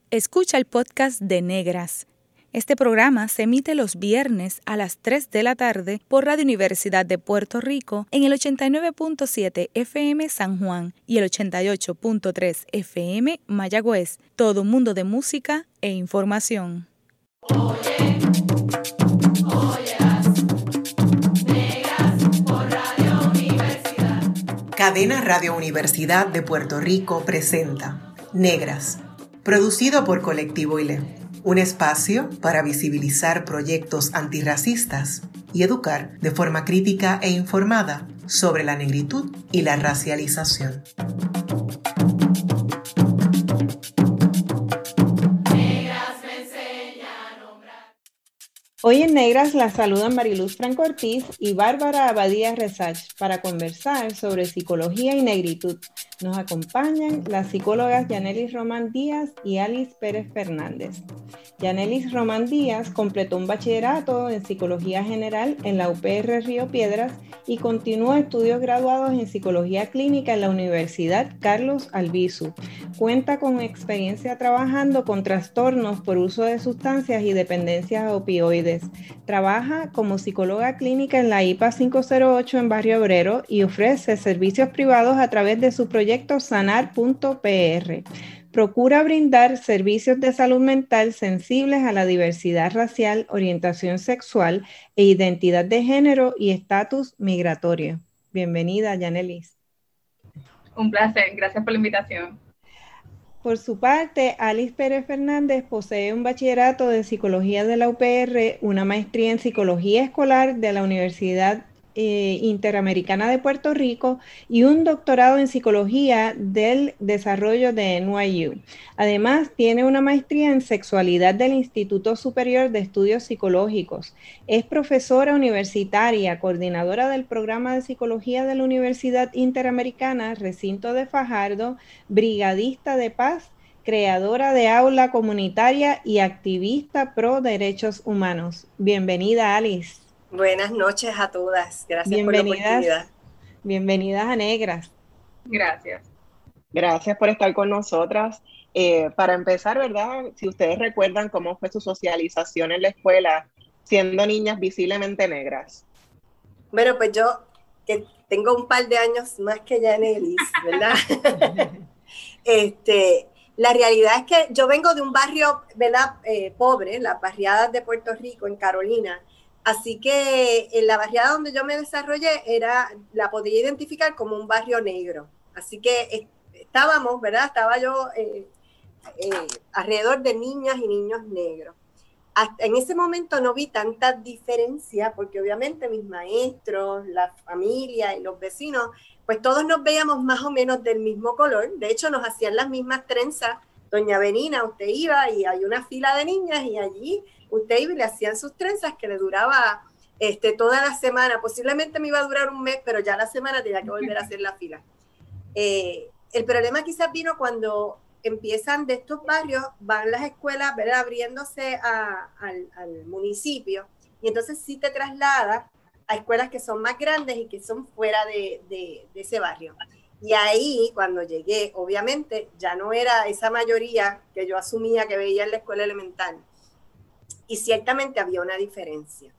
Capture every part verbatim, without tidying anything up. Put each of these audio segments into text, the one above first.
Escucha el podcast de Negras. Este programa se emite los viernes a las tres de la tarde por Radio Universidad de Puerto Rico en el ochenta y nueve punto siete F M San Juan y el ochenta y ocho punto tres F M Mayagüez. Todo un mundo de música e información. Oye, oyeras, Negras por Radio Universidad. Cadena Radio Universidad de Puerto Rico presenta Negras, producido por Colectivo I L E. Un espacio para visibilizar proyectos antirracistas y educar de forma crítica e informada sobre la negritud y la racialización. Hoy en Negras la saludan Mariluz Franco Ortiz y Bárbara Abadía Resach para conversar sobre psicología y negritud. Nos acompañan las psicólogas Yanelis Román Díaz y Alice Pérez Fernández. Yanelis Román Díaz completó un bachillerato en Psicología General en la U P R Río Piedras y continuó estudios graduados en Psicología Clínica en la Universidad Carlos Albizu. Cuenta con experiencia trabajando con trastornos por uso de sustancias y dependencias opioides. Trabaja como psicóloga clínica en la I P A cinco cero ocho en Barrio Obrero y ofrece servicios privados a través de su proyecto sanar punto P R. Procura brindar servicios de salud mental sensibles a la diversidad racial, orientación sexual e identidad de género y estatus migratorio. Bienvenida, Yanelis. Un placer, gracias por la invitación. Por su parte, Alice Pérez Fernández posee un bachillerato de Psicología de la U P R, una maestría en Psicología Escolar de la Universidad eh, Interamericana de Puerto Rico y un doctorado en Psicología del Desarrollo de N Y U. Además, tiene una maestría en Sexualidad del Instituto Superior de Estudios Psicológicos. Es profesora universitaria, coordinadora del programa de Psicología de la Universidad Interamericana, Recinto de Fajardo, brigadista de paz, creadora de aula comunitaria y activista pro derechos humanos. Bienvenida, Alice. Buenas noches a todas. Gracias bienvenidas, por la oportunidad. Bienvenidas a Negras. Gracias. Gracias por estar con nosotras. Eh, para empezar, ¿verdad? Si ustedes recuerdan cómo fue su socialización en la escuela, siendo niñas visiblemente negras. Bueno, pues yo, que tengo un par de años más que Yanelis, ¿verdad? este, la realidad es que yo vengo de un barrio, ¿verdad? Eh, pobre, las barriadas de Puerto Rico, en Carolina. Así que en la barriada donde yo me desarrollé, era, la podía identificar como un barrio negro. Así que estábamos, ¿verdad? Estaba yo eh, eh, alrededor de niñas y niños negros. Hasta en ese momento no vi tanta diferencia, porque obviamente mis maestros, la familia y los vecinos, pues todos nos veíamos más o menos del mismo color. De hecho, nos hacían las mismas trenzas. Doña Benina, usted iba y hay una fila de niñas y allí usted iba y le hacían sus trenzas que le duraba este, toda la semana. Posiblemente me iba a durar un mes, pero ya la semana tenía que volver a hacer la fila. Eh, el problema quizás vino cuando empiezan de estos barrios, van las escuelas, ¿verdad? Abriéndose a, al, al municipio, y entonces sí te trasladas a escuelas que son más grandes y que son fuera de, de, de ese barrio. Y ahí, cuando llegué, obviamente, ya no era esa mayoría que yo asumía que veía en la escuela elemental. Y ciertamente había una diferencia.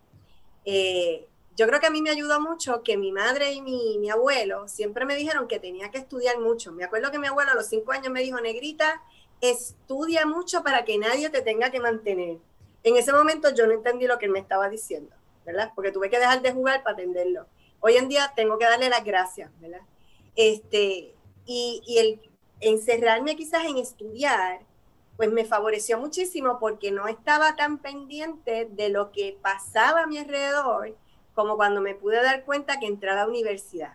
Eh, yo creo que a mí me ayudó mucho que mi madre y mi, mi abuelo siempre me dijeron que tenía que estudiar mucho. Me acuerdo que mi abuelo a los cinco años me dijo, negrita, estudia mucho para que nadie te tenga que mantener. En ese momento yo no entendí lo que él me estaba diciendo, ¿verdad? Porque tuve que dejar de jugar para atenderlo. Hoy en día tengo que darle las gracias, ¿verdad? Este, y, y el encerrarme quizás en estudiar, pues me favoreció muchísimo porque no estaba tan pendiente de lo que pasaba a mi alrededor como cuando me pude dar cuenta que entré a la universidad.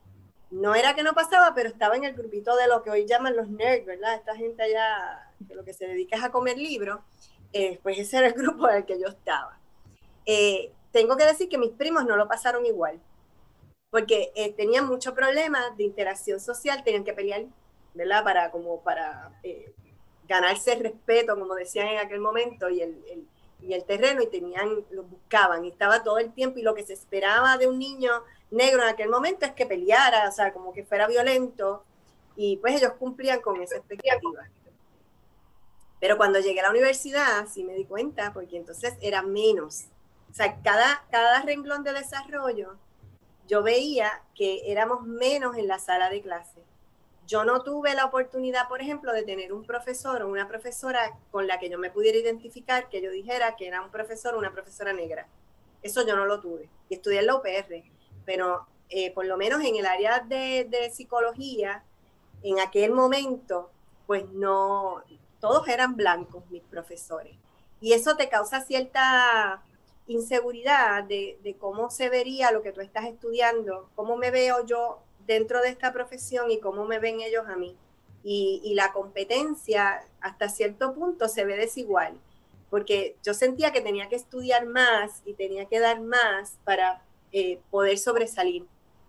No era que no pasaba, pero estaba en el grupito de lo que hoy llaman los nerds, ¿verdad? Esta gente allá que lo que se dedica es a comer libros, eh, pues ese era el grupo en el que yo estaba. Eh, tengo que decir que mis primos no lo pasaron igual, porque eh, tenían muchos problemas de interacción social, tenían que pelear, ¿verdad? Para, como para eh, ganarse el respeto, como decían en aquel momento, y el, el, y el terreno, y tenían, lo buscaban, y estaba todo el tiempo, y lo que se esperaba de un niño negro en aquel momento es que peleara, o sea, como que fuera violento, y pues ellos cumplían con esa expectativa. Pero cuando llegué a la universidad sí me di cuenta, porque entonces era menos. O sea, cada, cada renglón de desarrollo, yo veía que éramos menos en la sala de clase. Yo no tuve la oportunidad, por ejemplo, de tener un profesor o una profesora con la que yo me pudiera identificar, que yo dijera que era un profesor o una profesora negra. Eso yo no lo tuve. Y estudié en la U P R, pero eh, por lo menos en el área de, de psicología, en aquel momento, pues no, todos eran blancos mis profesores. Y eso te causa cierta inseguridad de, de cómo se vería lo que tú estás estudiando, cómo me veo yo dentro de esta profesión y cómo me ven ellos a mí. Y, y la competencia hasta cierto punto se ve desigual, porque yo sentía que tenía que estudiar más y tenía que dar más para eh, poder sobresalir.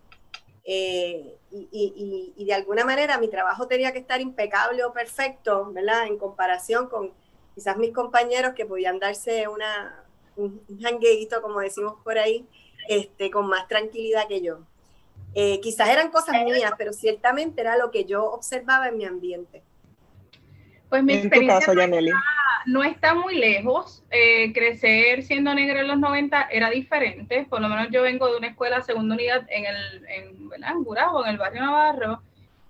Eh, y, y, y de alguna manera mi trabajo tenía que estar impecable o perfecto, ¿verdad? En comparación con quizás mis compañeros que podían darse una, un, un jangueíto, como decimos por ahí, este, con más tranquilidad que yo. Eh, quizás eran cosas mías, pero ciertamente era lo que yo observaba en mi ambiente. Pues mi experiencia caso, no, está, no está muy lejos. Eh, crecer siendo negra en los noventa era diferente. Por lo menos yo vengo de una escuela segunda unidad en el en, en Gurabo, en el barrio Navarro,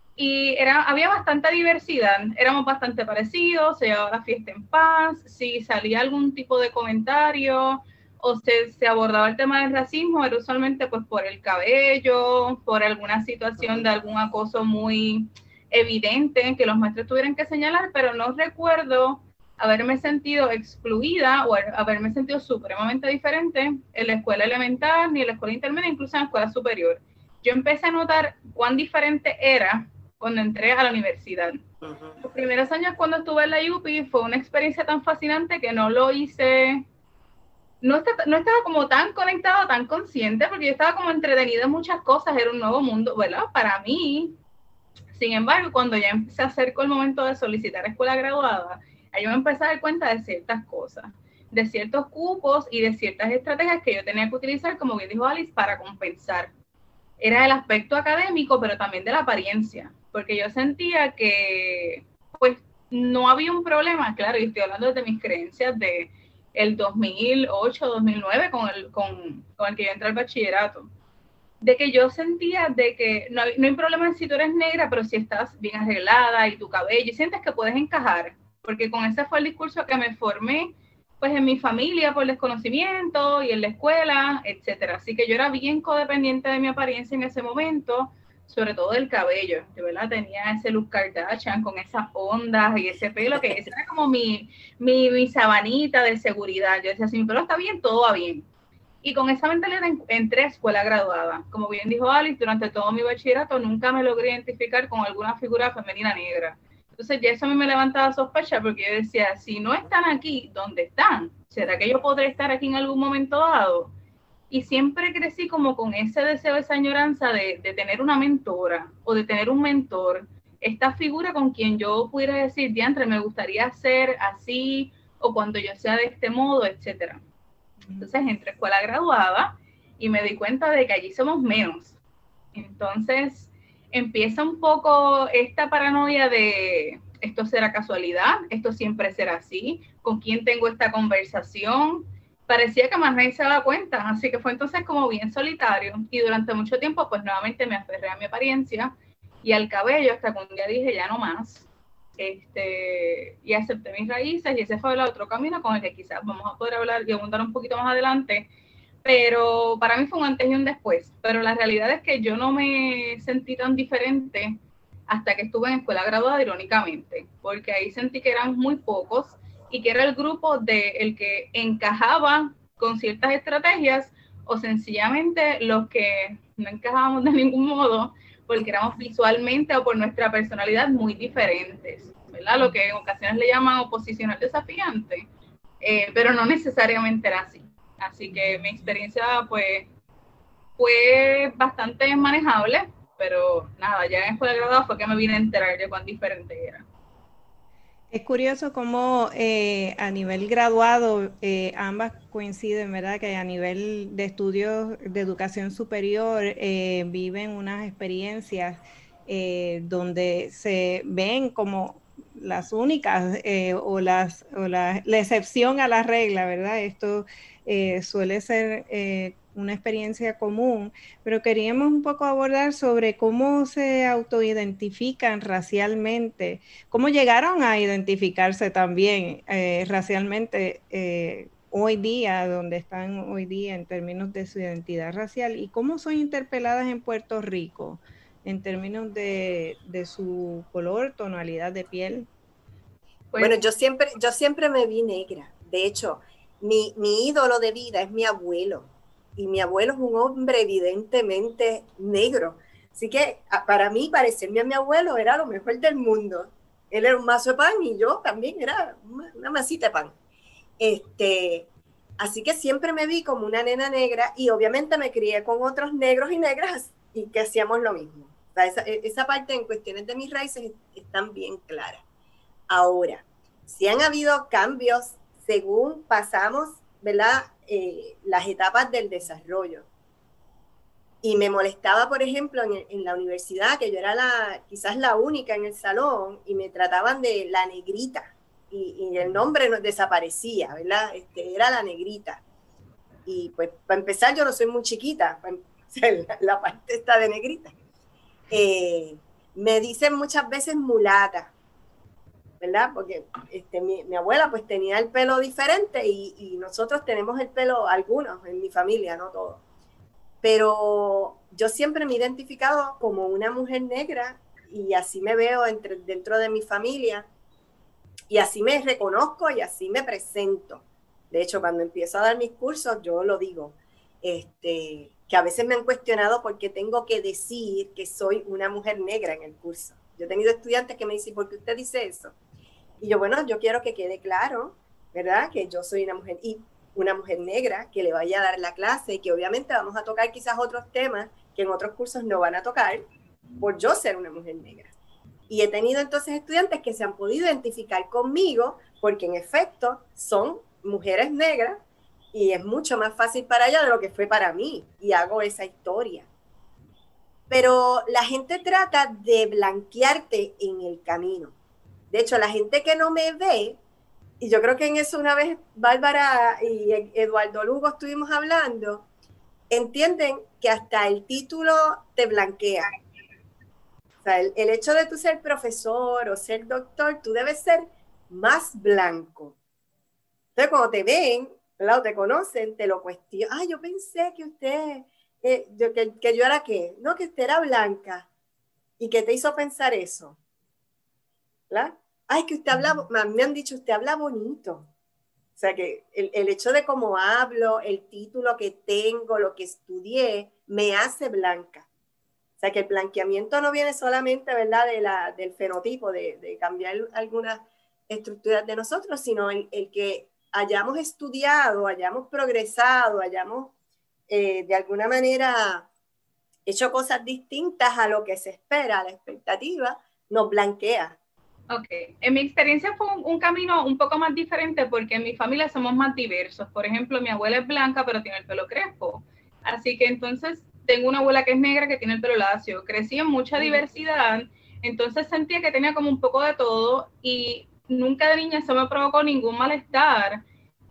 y era, había bastante diversidad. Éramos bastante parecidos, se llevaba la fiesta en paz. Si salía algún tipo de comentario o se, se abordaba el tema del racismo, era usualmente pues por el cabello, por alguna situación de algún acoso muy evidente que los maestros tuvieran que señalar, pero no recuerdo haberme sentido excluida o haberme sentido supremamente diferente en la escuela elemental, ni en la escuela intermedia, incluso en la escuela superior. Yo empecé a notar cuán diferente era cuando entré a la universidad. Uh-huh. Los primeros años cuando estuve en la U P I fue una experiencia tan fascinante que no lo hice, no, está, no estaba como tan conectado, tan consciente, porque yo estaba como entretenida en muchas cosas, era un nuevo mundo, ¿verdad? Para mí. Sin embargo, cuando ya se acercó el momento de solicitar escuela graduada, ahí yo me empecé a dar cuenta de ciertas cosas, de ciertos cupos y de ciertas estrategias que yo tenía que utilizar, como bien dijo Alice, para compensar. Era el aspecto académico, pero también de la apariencia, porque yo sentía que, pues, no había un problema, claro, y estoy hablando de mis creencias de el dos mil ocho, dos mil nueve, con el, con, con el que yo entré al bachillerato, de que yo sentía de que no hay, no hay problema en si tú eres negra, pero si estás bien arreglada y tu cabello, y sientes que puedes encajar, porque con ese fue el discurso que me formé, pues en mi familia por desconocimiento y en la escuela, etcétera. Así que yo era bien codependiente de mi apariencia en ese momento, sobre todo del cabello. Yo, ¿verdad? Tenía ese look Kardashian con esas ondas y ese pelo, que esa era como mi, mi, mi sabanita de seguridad. Yo decía, si mi pelo está bien, todo va bien. Y con esa mentalidad entré a escuela graduada. Como bien dijo Alice, durante todo mi bachillerato nunca me logré identificar con alguna figura femenina negra. Entonces ya eso a mí me levantaba sospecha, porque yo decía, si no están aquí, ¿dónde están? ¿Será que yo podré estar aquí en algún momento dado? Y siempre crecí como con ese deseo, esa añoranza de, de tener una mentora o de tener un mentor, esta figura con quien yo pudiera decir, diantre, me gustaría ser así, o cuando yo sea de este modo, etcétera. Entonces entré a escuela graduada y me di cuenta de que allí somos menos. Entonces empieza un poco esta paranoia de esto será casualidad, esto siempre será así, con quién tengo esta conversación. Parecía que más nadie se daba cuenta, así que fue entonces como bien solitario, y durante mucho tiempo pues nuevamente me aferré a mi apariencia y al cabello, hasta que un día dije ya no más, este, y acepté mis raíces, y ese fue el otro camino con el que quizás vamos a poder hablar y abundar un poquito más adelante. Pero para mí fue un antes y un después, pero la realidad es que yo no me sentí tan diferente hasta que estuve en escuela graduada, irónicamente, porque ahí sentí que eran muy pocos y que era el grupo de el que encajaba con ciertas estrategias, o sencillamente los que no encajábamos de ningún modo porque éramos visualmente o por nuestra personalidad muy diferentes, ¿verdad? Lo que en ocasiones le llaman oposicional desafiante, eh, pero no necesariamente era así. Así que mi experiencia pues fue bastante manejable, pero nada, ya en escuela graduada fue que me vine a enterar de cuán diferente era. Es curioso cómo eh, a nivel graduado eh, ambas coinciden, ¿verdad? Que a nivel de estudios de educación superior eh, viven unas experiencias eh, donde se ven como las únicas eh, o, las, o la, la excepción a la regla, ¿verdad? Esto eh, suele ser eh, una experiencia común, pero queríamos un poco abordar sobre cómo se autoidentifican racialmente, cómo llegaron a identificarse también eh, racialmente eh, hoy día, donde están hoy día en términos de su identidad racial, y cómo son interpeladas en Puerto Rico en términos de, de su color, tonalidad de piel. Pues, bueno, yo siempre, yo siempre me vi negra. De hecho, mi, mi ídolo de vida es mi abuelo. Y mi abuelo es un hombre evidentemente negro. Así que para mí parecerme a mi abuelo era lo mejor del mundo. Él era un mazo de pan y yo también era una, una masita de pan. Este, así que siempre me vi como una nena negra y obviamente me crié con otros negros y negras y que hacíamos lo mismo. O sea, esa, esa parte en cuestiones de mis raíces están bien claras. Ahora, si han habido cambios según pasamos, ¿verdad? Eh, las etapas del desarrollo. Y me molestaba, por ejemplo, en, en la universidad, que yo era la, quizás la única en el salón, y me trataban de la negrita, y, y el nombre no, desaparecía, ¿verdad? Este, era la negrita. Y pues, para empezar, yo no soy muy chiquita, la, la parte está de negrita. Eh, me dicen muchas veces mulata, ¿verdad? Porque este, mi, mi abuela pues tenía el pelo diferente y, y nosotros tenemos el pelo, algunos en mi familia, no todos. Pero yo siempre me he identificado como una mujer negra y así me veo entre, dentro de mi familia y así me reconozco y así me presento. De hecho, cuando empiezo a dar mis cursos, yo lo digo, este, que a veces me han cuestionado por qué tengo que decir que soy una mujer negra en el curso. Yo he tenido estudiantes que me dicen, ¿por qué usted dice eso? Y yo, bueno, yo quiero que quede claro, ¿verdad? Que yo soy una mujer, y una mujer negra que le vaya a dar la clase y que obviamente vamos a tocar quizás otros temas que en otros cursos no van a tocar por yo ser una mujer negra. Y he tenido entonces estudiantes que se han podido identificar conmigo porque en efecto son mujeres negras y es mucho más fácil para ellas de lo que fue para mí y hago esa historia. Pero la gente trata de blanquearte en el camino. De hecho, la gente que no me ve, y yo creo que en eso una vez Bárbara y Eduardo Lugo estuvimos hablando, entienden que hasta el título te blanquea. O sea, el, el hecho de tú ser profesor o ser doctor, tú debes ser más blanco. Entonces, cuando te ven, ¿verdad? O te conocen, te lo cuestionan. Ah, yo pensé que usted, eh, yo, que, que yo era qué, no, que usted era blanca. ¿Y qué te hizo pensar eso? ¿Verdad? Ay, que usted habla, me han dicho, usted habla bonito. O sea, que el, el hecho de cómo hablo, el título que tengo, lo que estudié, me hace blanca. O sea, que el blanqueamiento no viene solamente, ¿verdad?, de la, del fenotipo, de, de cambiar algunas estructuras de nosotros, sino el, el que hayamos estudiado, hayamos progresado, hayamos eh, de alguna manera hecho cosas distintas a lo que se espera, a la expectativa, nos blanquea. Ok, en mi experiencia fue un, un camino un poco más diferente porque en mi familia somos más diversos. Por ejemplo, mi abuela es blanca pero tiene el pelo crespo. Así que entonces tengo una abuela que es negra que tiene el pelo lacio. Crecí en mucha diversidad, entonces sentía que tenía como un poco de todo y nunca de niña se me provocó ningún malestar.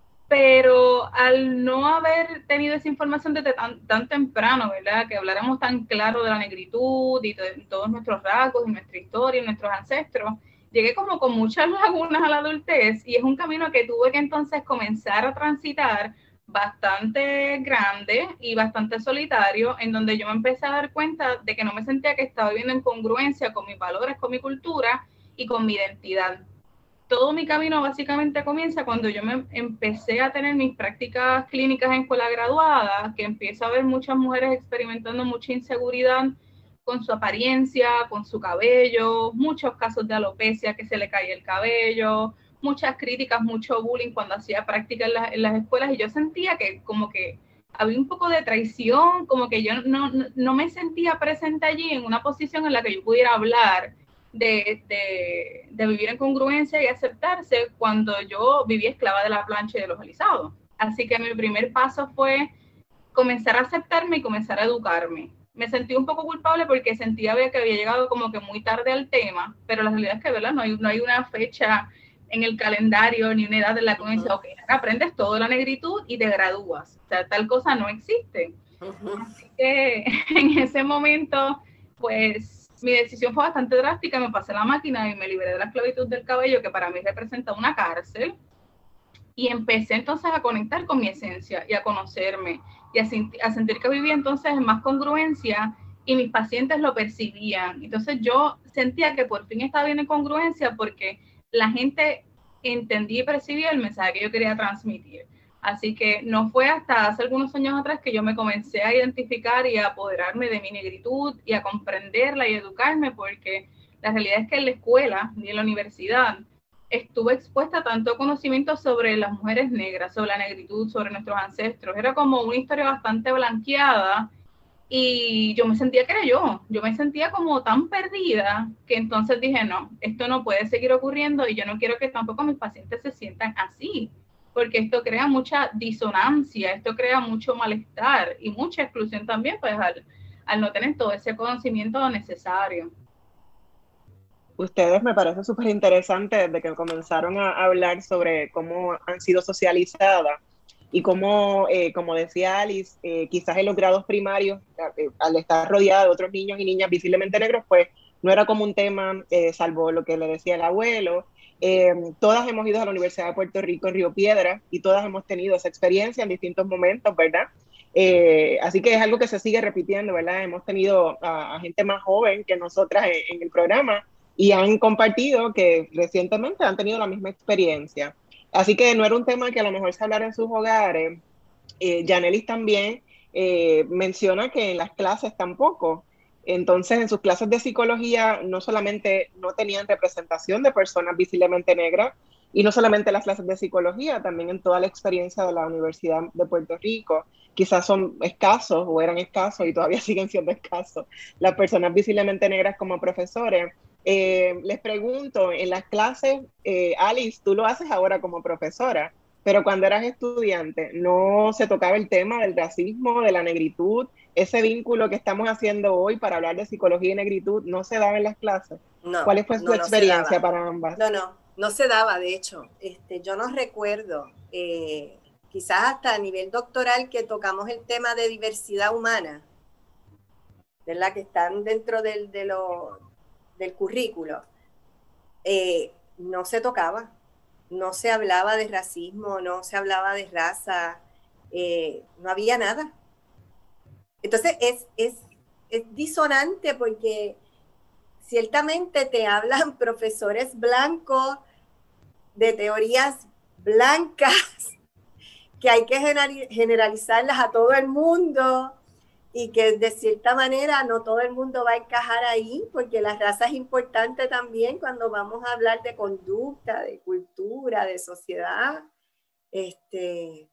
Pero al no haber tenido esa información desde tan, tan temprano, ¿verdad? Que habláramos tan claro de la negritud y de todos nuestros rasgos y nuestra historia y nuestros ancestros, llegué como con muchas lagunas a la adultez y es un camino que tuve que entonces comenzar a transitar bastante grande y bastante solitario, en donde yo me empecé a dar cuenta de que no me sentía que estaba viviendo en congruencia con mis valores, con mi cultura y con mi identidad. Todo mi camino básicamente comienza cuando yo me empecé a tener mis prácticas clínicas en escuela graduada, que empiezo a ver muchas mujeres experimentando mucha inseguridad con su apariencia, con su cabello, muchos casos de alopecia, que se le cae el cabello, muchas críticas, mucho bullying cuando hacía práctica en, la, en las escuelas, y yo sentía que como que había un poco de traición, como que yo no, no, no me sentía presente allí en una posición en la que yo pudiera hablar De, de, de vivir en congruencia y aceptarse cuando yo vivía esclava de la plancha y de los alisados. Así que mi primer paso fue comenzar a aceptarme y comenzar a educarme, me sentí un poco culpable porque sentía que había llegado como que muy tarde al tema, pero la realidad es que, ¿verdad? No hay, no hay una fecha en el calendario ni una edad en la que uno dice, ok, aprendes todo de la negritud y te gradúas. O sea, tal cosa no existe. Uh-huh. Así que en ese momento, pues, mi decisión fue bastante drástica. Me pasé la máquina y me liberé de la esclavitud del cabello, que para mí representa una cárcel. Y empecé entonces a conectar con mi esencia y a conocerme y a, senti- a sentir que vivía entonces en más congruencia y mis pacientes lo percibían. Entonces yo sentía que por fin estaba bien en congruencia porque la gente entendía y percibía el mensaje que yo quería transmitir. Así que no fue hasta hace algunos años atrás que yo me comencé a identificar y a apoderarme de mi negritud y a comprenderla y educarme, porque la realidad es que en la escuela y en la universidad estuve expuesta a tanto conocimiento sobre las mujeres negras, sobre la negritud, sobre nuestros ancestros. Era como una historia bastante blanqueada y yo me sentía que era yo. Yo me sentía como tan perdida que entonces dije, no, esto no puede seguir ocurriendo y yo no quiero que tampoco mis pacientes se sientan así, porque esto crea mucha disonancia, esto crea mucho malestar y mucha exclusión también, pues al, al no tener todo ese conocimiento necesario. Ustedes me parece súper interesante desde que comenzaron a hablar sobre cómo han sido socializadas y cómo, eh, como decía Alice, eh, quizás en los grados primarios, eh, al estar rodeada de otros niños y niñas visiblemente negros, pues no era como un tema, eh, salvo lo que le decía el abuelo. Eh, todas hemos ido a la Universidad de Puerto Rico en Río Piedras y todas hemos tenido esa experiencia en distintos momentos, ¿verdad? Eh, así que es algo que se sigue repitiendo, ¿verdad? Hemos tenido a, a gente más joven que nosotras en, en el programa y han compartido que recientemente han tenido la misma experiencia. Así que no era un tema que a lo mejor se hablara en sus hogares. Eh, Yanelis también eh, menciona que en las clases tampoco. Entonces, en sus clases de psicología no solamente no tenían representación de personas visiblemente negras, y no solamente en las clases de psicología, también en toda la experiencia de la Universidad de Puerto Rico. Quizás son escasos o eran escasos y todavía siguen siendo escasos las personas visiblemente negras como profesores. Eh, les pregunto, en las clases, eh, Alice, tú lo haces ahora como profesora, pero cuando eras estudiante, ¿no se tocaba el tema del racismo, de la negritud? Ese vínculo que estamos haciendo hoy para hablar de psicología y negritud, ¿no se daba en las clases? No, ¿Cuál fue no, tu no experiencia para ambas? No, no, no se daba, de hecho. Este, yo no recuerdo, eh, quizás hasta a nivel doctoral, que tocamos el tema de diversidad humana, ¿verdad? Que están dentro del, de lo, del currículo. Eh, no se tocaba, no se hablaba de racismo, no se hablaba de raza, eh, no había nada. Entonces es, es, es disonante porque ciertamente te hablan profesores blancos de teorías blancas que hay que generalizarlas a todo el mundo y que de cierta manera no todo el mundo va a encajar ahí, porque la raza es importante también cuando vamos a hablar de conducta, de cultura, de sociedad. Este,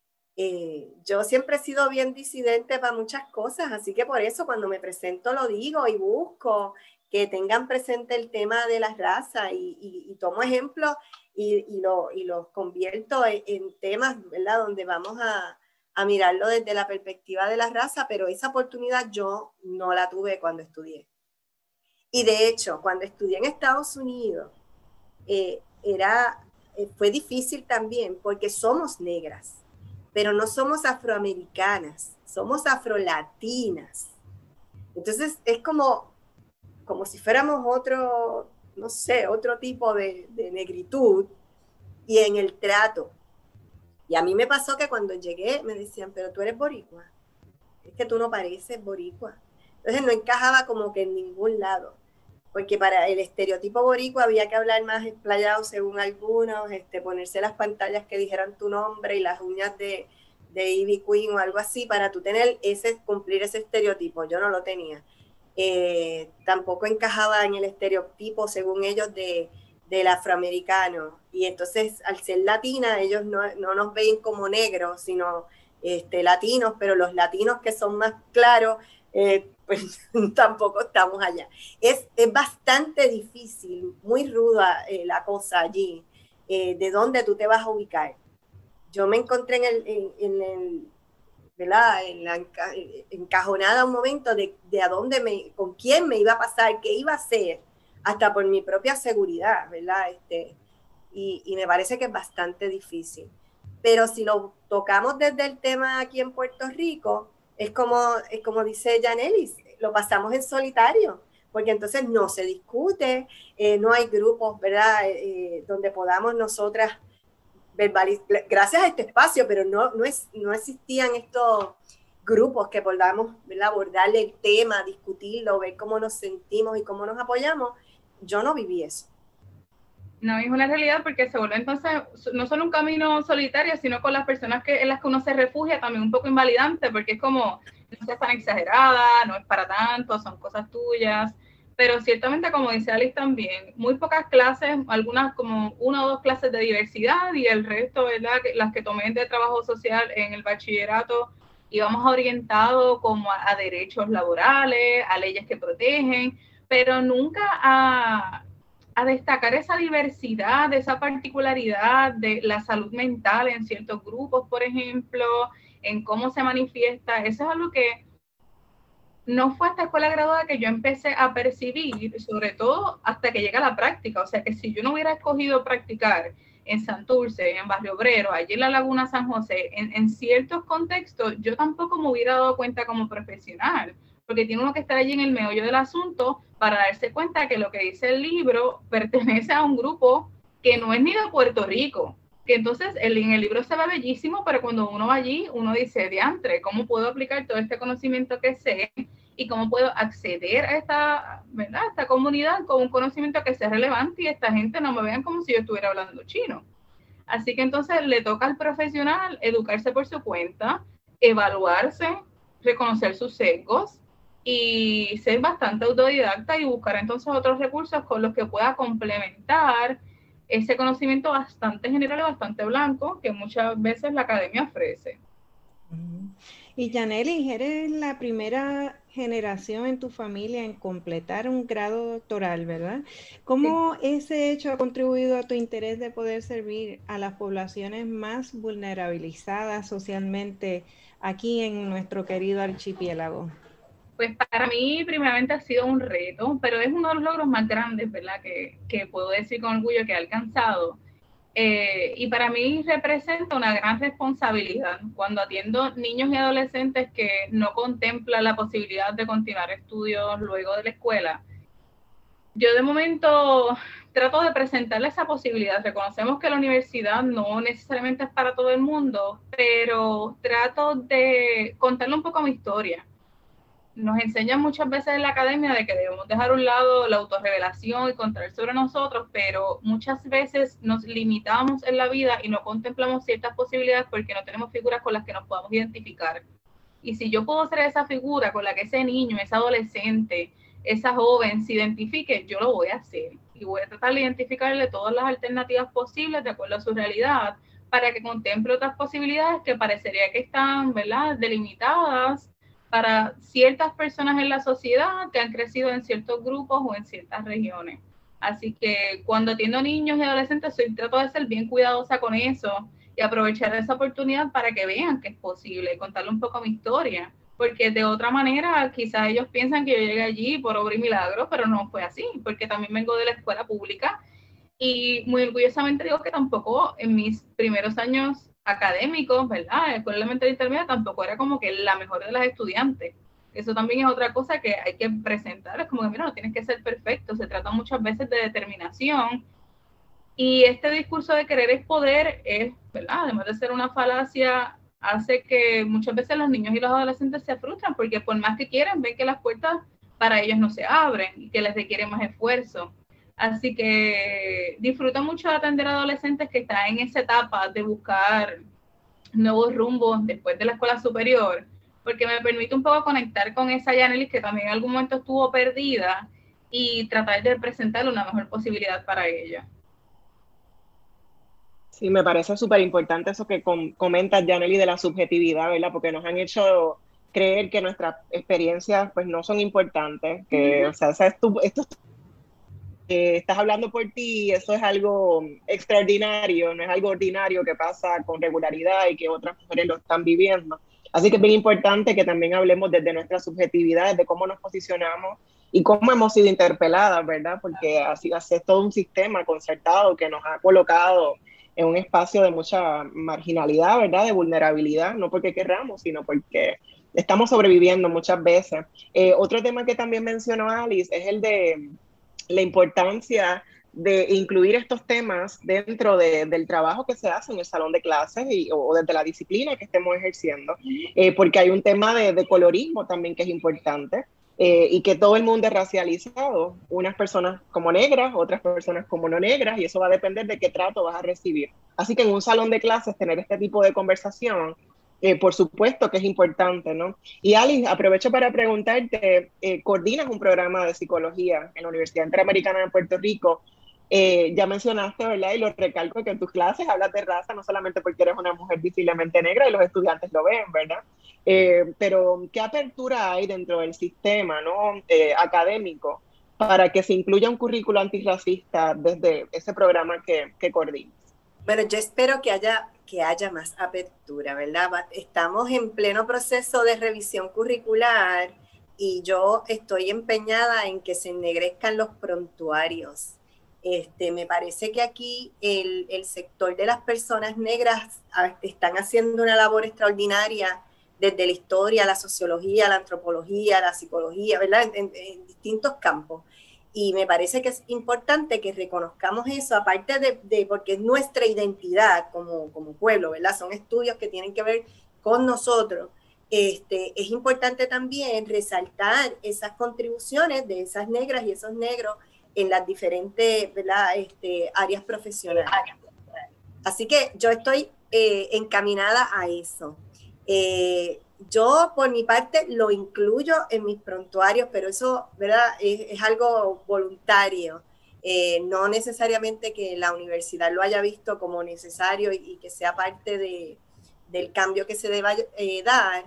eh, yo siempre he sido bien disidente para muchas cosas, así que por eso cuando me presento lo digo y busco que tengan presente el tema de las razas y, y, y tomo ejemplos y, y, lo, y los convierto en, en temas, ¿verdad? Donde vamos a, a mirarlo desde la perspectiva de la raza, pero esa oportunidad yo no la tuve cuando estudié. Y de hecho, cuando estudié en Estados Unidos, eh, era, eh, fue difícil también porque somos negras, pero no somos afroamericanas, somos afrolatinas. Entonces es como, como si fuéramos otro, no sé, otro tipo de, de negritud y en el trato. Y a mí me pasó que cuando llegué me decían, pero tú eres boricua, es que tú no pareces boricua. Entonces no encajaba como que en ningún lado, porque para el estereotipo boricua había que hablar más explayado según algunos, este, ponerse las pantallas que dijeran tu nombre y las uñas de, de Ivy Queen o algo así para tú tener ese, cumplir ese estereotipo. Yo no lo tenía. Eh, tampoco encajaba en el estereotipo según ellos de del afroamericano, y entonces al ser latina ellos no, no nos ven como negros, sino este, latinos, pero los latinos que son más claros, eh, pues tampoco estamos allá. Es, es bastante difícil, muy ruda eh, la cosa allí, eh, de dónde tú te vas a ubicar. Yo me encontré en el, en, en el ¿verdad? En la enca encajonada un momento de, de a dónde me, con quién me iba a pasar, qué iba a hacer, hasta por mi propia seguridad, ¿verdad? Este, y, y me parece que es bastante difícil. Pero si lo tocamos desde el tema aquí en Puerto Rico, es como, es como dice Yanelis, lo pasamos en solitario, porque entonces no se discute, eh, no hay grupos, ¿verdad? Eh, donde podamos nosotras verbalizar, gracias a este espacio, pero no, no, es, no existían estos grupos que podamos, ¿verdad?, abordarle el tema, discutirlo, ver cómo nos sentimos y cómo nos apoyamos. Yo no viví eso. No es una realidad porque se vuelve entonces no solo un camino solitario, sino con las personas que, en las que uno se refugia, también un poco invalidante, porque es como, no seas tan exagerada, no es para tanto, son cosas tuyas. Pero ciertamente, como dice Alice también, muy pocas clases, algunas como una o dos clases de diversidad y el resto, ¿verdad?, las que tomé de trabajo social en el bachillerato, íbamos orientados como a, a derechos laborales, a leyes que protegen, pero nunca a, a destacar esa diversidad, esa particularidad de la salud mental en ciertos grupos, por ejemplo, en cómo se manifiesta. Eso es algo que no fue hasta escuela graduada que yo empecé a percibir, sobre todo hasta que llega la práctica. O sea que si yo no hubiera escogido practicar en Santurce, en Barrio Obrero, allí en la Laguna San José, en, en ciertos contextos, yo tampoco me hubiera dado cuenta como profesional, porque tiene uno que estar allí en el meollo del asunto para darse cuenta que lo que dice el libro pertenece a un grupo que no es ni de Puerto Rico. Que entonces el, en el libro se ve bellísimo, pero cuando uno va allí, uno dice, diantre, ¿cómo puedo aplicar todo este conocimiento que sé? Y cómo puedo acceder a esta, ¿verdad?, esta comunidad con un conocimiento que sea relevante y esta gente no me vean como si yo estuviera hablando chino. Así que entonces le toca al profesional educarse por su cuenta, evaluarse, reconocer sus sesgos y ser bastante autodidacta y buscar entonces otros recursos con los que pueda complementar ese conocimiento bastante general y bastante blanco que muchas veces la academia ofrece. Y Yanelis, eres la primera generación en tu familia en completar un grado doctoral, ¿verdad? ¿Cómo sí. ese hecho ha contribuido a tu interés de poder servir a las poblaciones más vulnerabilizadas socialmente aquí en nuestro querido archipiélago? Pues para mí, primeramente, ha sido un reto, pero es uno de los logros más grandes, ¿verdad?, que, que puedo decir con orgullo que he alcanzado. Eh, y para mí representa una gran responsabilidad cuando atiendo niños y adolescentes que no contemplan la posibilidad de continuar estudios luego de la escuela. Yo de momento trato de presentarles esa posibilidad. Reconocemos que la universidad no necesariamente es para todo el mundo, pero trato de contarle un poco mi historia. Nos enseñan muchas veces en la academia de que debemos dejar a un lado la autorrevelación y contar sobre nosotros, pero muchas veces nos limitamos en la vida y no contemplamos ciertas posibilidades porque no tenemos figuras con las que nos podamos identificar. Y si yo puedo ser esa figura con la que ese niño, ese adolescente, esa joven se identifique, yo lo voy a hacer. Y voy a tratar de identificarle todas las alternativas posibles de acuerdo a su realidad para que contemple otras posibilidades que parecería que están, ¿verdad?, delimitadas para ciertas personas en la sociedad que han crecido en ciertos grupos o en ciertas regiones. Así que cuando atiendo niños y adolescentes, soy, trato de ser bien cuidadosa con eso y aprovechar esa oportunidad para que vean que es posible y contarle un poco mi historia, porque de otra manera quizás ellos piensan que yo llegué allí por obra y milagro, pero no fue así, porque también vengo de la escuela pública y muy orgullosamente digo que tampoco en mis primeros años académicos, ¿verdad?, escuela elemental intermedia, tampoco era como que la mejor de las estudiantes. Eso también es otra cosa que hay que presentar, es como que, mira, no tienes que ser perfecto, se trata muchas veces de determinación, y este discurso de querer es poder, es, ¿verdad?, además de ser una falacia, hace que muchas veces los niños y los adolescentes se frustran, porque por más que quieren, ven que las puertas para ellos no se abren, y que les requiere más esfuerzo. Así que disfruto mucho de atender a adolescentes que están en esa etapa de buscar nuevos rumbos después de la escuela superior, porque me permite un poco conectar con esa Yanelis que también en algún momento estuvo perdida y tratar de presentarle una mejor posibilidad para ella. Sí, me parece súper importante eso que com comentas, Yanelis, de la subjetividad, ¿verdad? Porque nos han hecho creer que nuestras experiencias pues no son importantes, que, uh-huh. o sea, ¿sabes? Tú, esto Eh, estás hablando por ti, eso es algo extraordinario, no es algo ordinario que pasa con regularidad y que otras mujeres lo están viviendo. Así que es bien importante que también hablemos desde nuestras subjetividades, de cómo nos posicionamos y cómo hemos sido interpeladas, ¿verdad? Porque así, así es todo un sistema concertado que nos ha colocado en un espacio de mucha marginalidad, ¿verdad? De vulnerabilidad, no porque querramos, sino porque estamos sobreviviendo muchas veces. Eh, otro tema que también mencionó Alice es el de la importancia de incluir estos temas dentro de, del trabajo que se hace en el salón de clases y, o desde la disciplina que estemos ejerciendo, eh, porque hay un tema de, de colorismo también que es importante. Eh, y que todo el mundo es racializado, unas personas como negras, otras personas como no negras, y eso va a depender de qué trato vas a recibir. Así que en un salón de clases tener este tipo de conversación, eh, por supuesto que es importante, ¿no? Y Alice, aprovecho para preguntarte, eh, coordinas un programa de psicología en la Universidad Interamericana de Puerto Rico. Eh, ya mencionaste, ¿verdad? Y lo recalco, que en tus clases hablas de raza, no solamente porque eres una mujer visiblemente negra y los estudiantes lo ven, ¿verdad? Eh, pero, ¿qué apertura hay dentro del sistema, ¿no? eh, académico para que se incluya un currículo antirracista desde ese programa que, que coordinas? Bueno, yo espero que haya, que haya más apertura, ¿verdad? Estamos en pleno proceso de revisión curricular y yo estoy empeñada en que se ennegrezcan los prontuarios. Este, me parece que aquí el, el sector de las personas negras están haciendo una labor extraordinaria desde la historia, la sociología, la antropología, la psicología, ¿verdad? En, en, en distintos campos. Y me parece que es importante que reconozcamos eso, aparte de, de porque es nuestra identidad como, como pueblo, ¿verdad? Son estudios que tienen que ver con nosotros. Este, es importante también resaltar esas contribuciones de esas negras y esos negros en las diferentes, ¿verdad? Este, áreas profesionales. Así que yo estoy eh, encaminada a eso. Eh, yo, por mi parte, lo incluyo en mis prontuarios, pero eso, ¿verdad? Es, es algo voluntario. Eh, no necesariamente que la universidad lo haya visto como necesario y, y que sea parte de, del cambio que se deba eh, dar,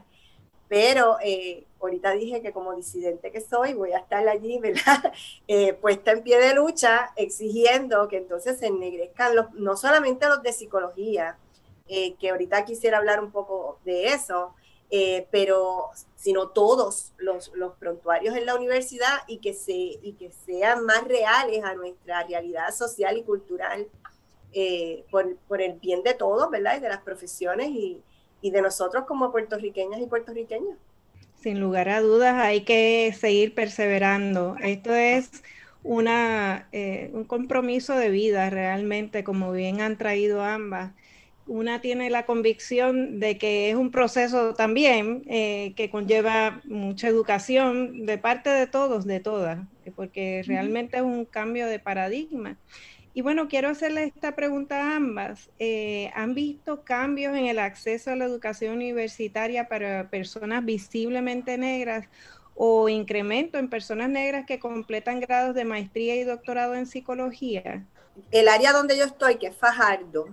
pero eh, ahorita dije que como disidente que soy, voy a estar allí, ¿verdad? Eh, puesta en pie de lucha, exigiendo que entonces se ennegrezcan los, no solamente los de psicología, eh, que ahorita quisiera hablar un poco de eso, eh, pero sino todos los, los prontuarios en la universidad y que, se, y que sean más reales a nuestra realidad social y cultural, eh, por, por el bien de todos, ¿verdad? Y de las profesiones y, y de nosotros como puertorriqueñas y puertorriqueños. Sin lugar a dudas hay que seguir perseverando. Esto es una, eh, un compromiso de vida realmente, como bien han traído ambas. Una tiene la convicción de que es un proceso también eh, que conlleva mucha educación de parte de todos, de todas, porque realmente es un cambio de paradigma. Y bueno, quiero hacerle esta pregunta a ambas. Eh, ¿Han visto cambios en el acceso a la educación universitaria para personas visiblemente negras o incremento en personas negras que completan grados de maestría y doctorado en psicología? El área donde yo estoy, que es Fajardo,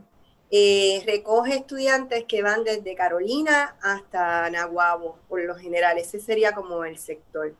eh, recoge estudiantes que van desde Carolina hasta Naguabo, por lo general. Ese sería como el sector.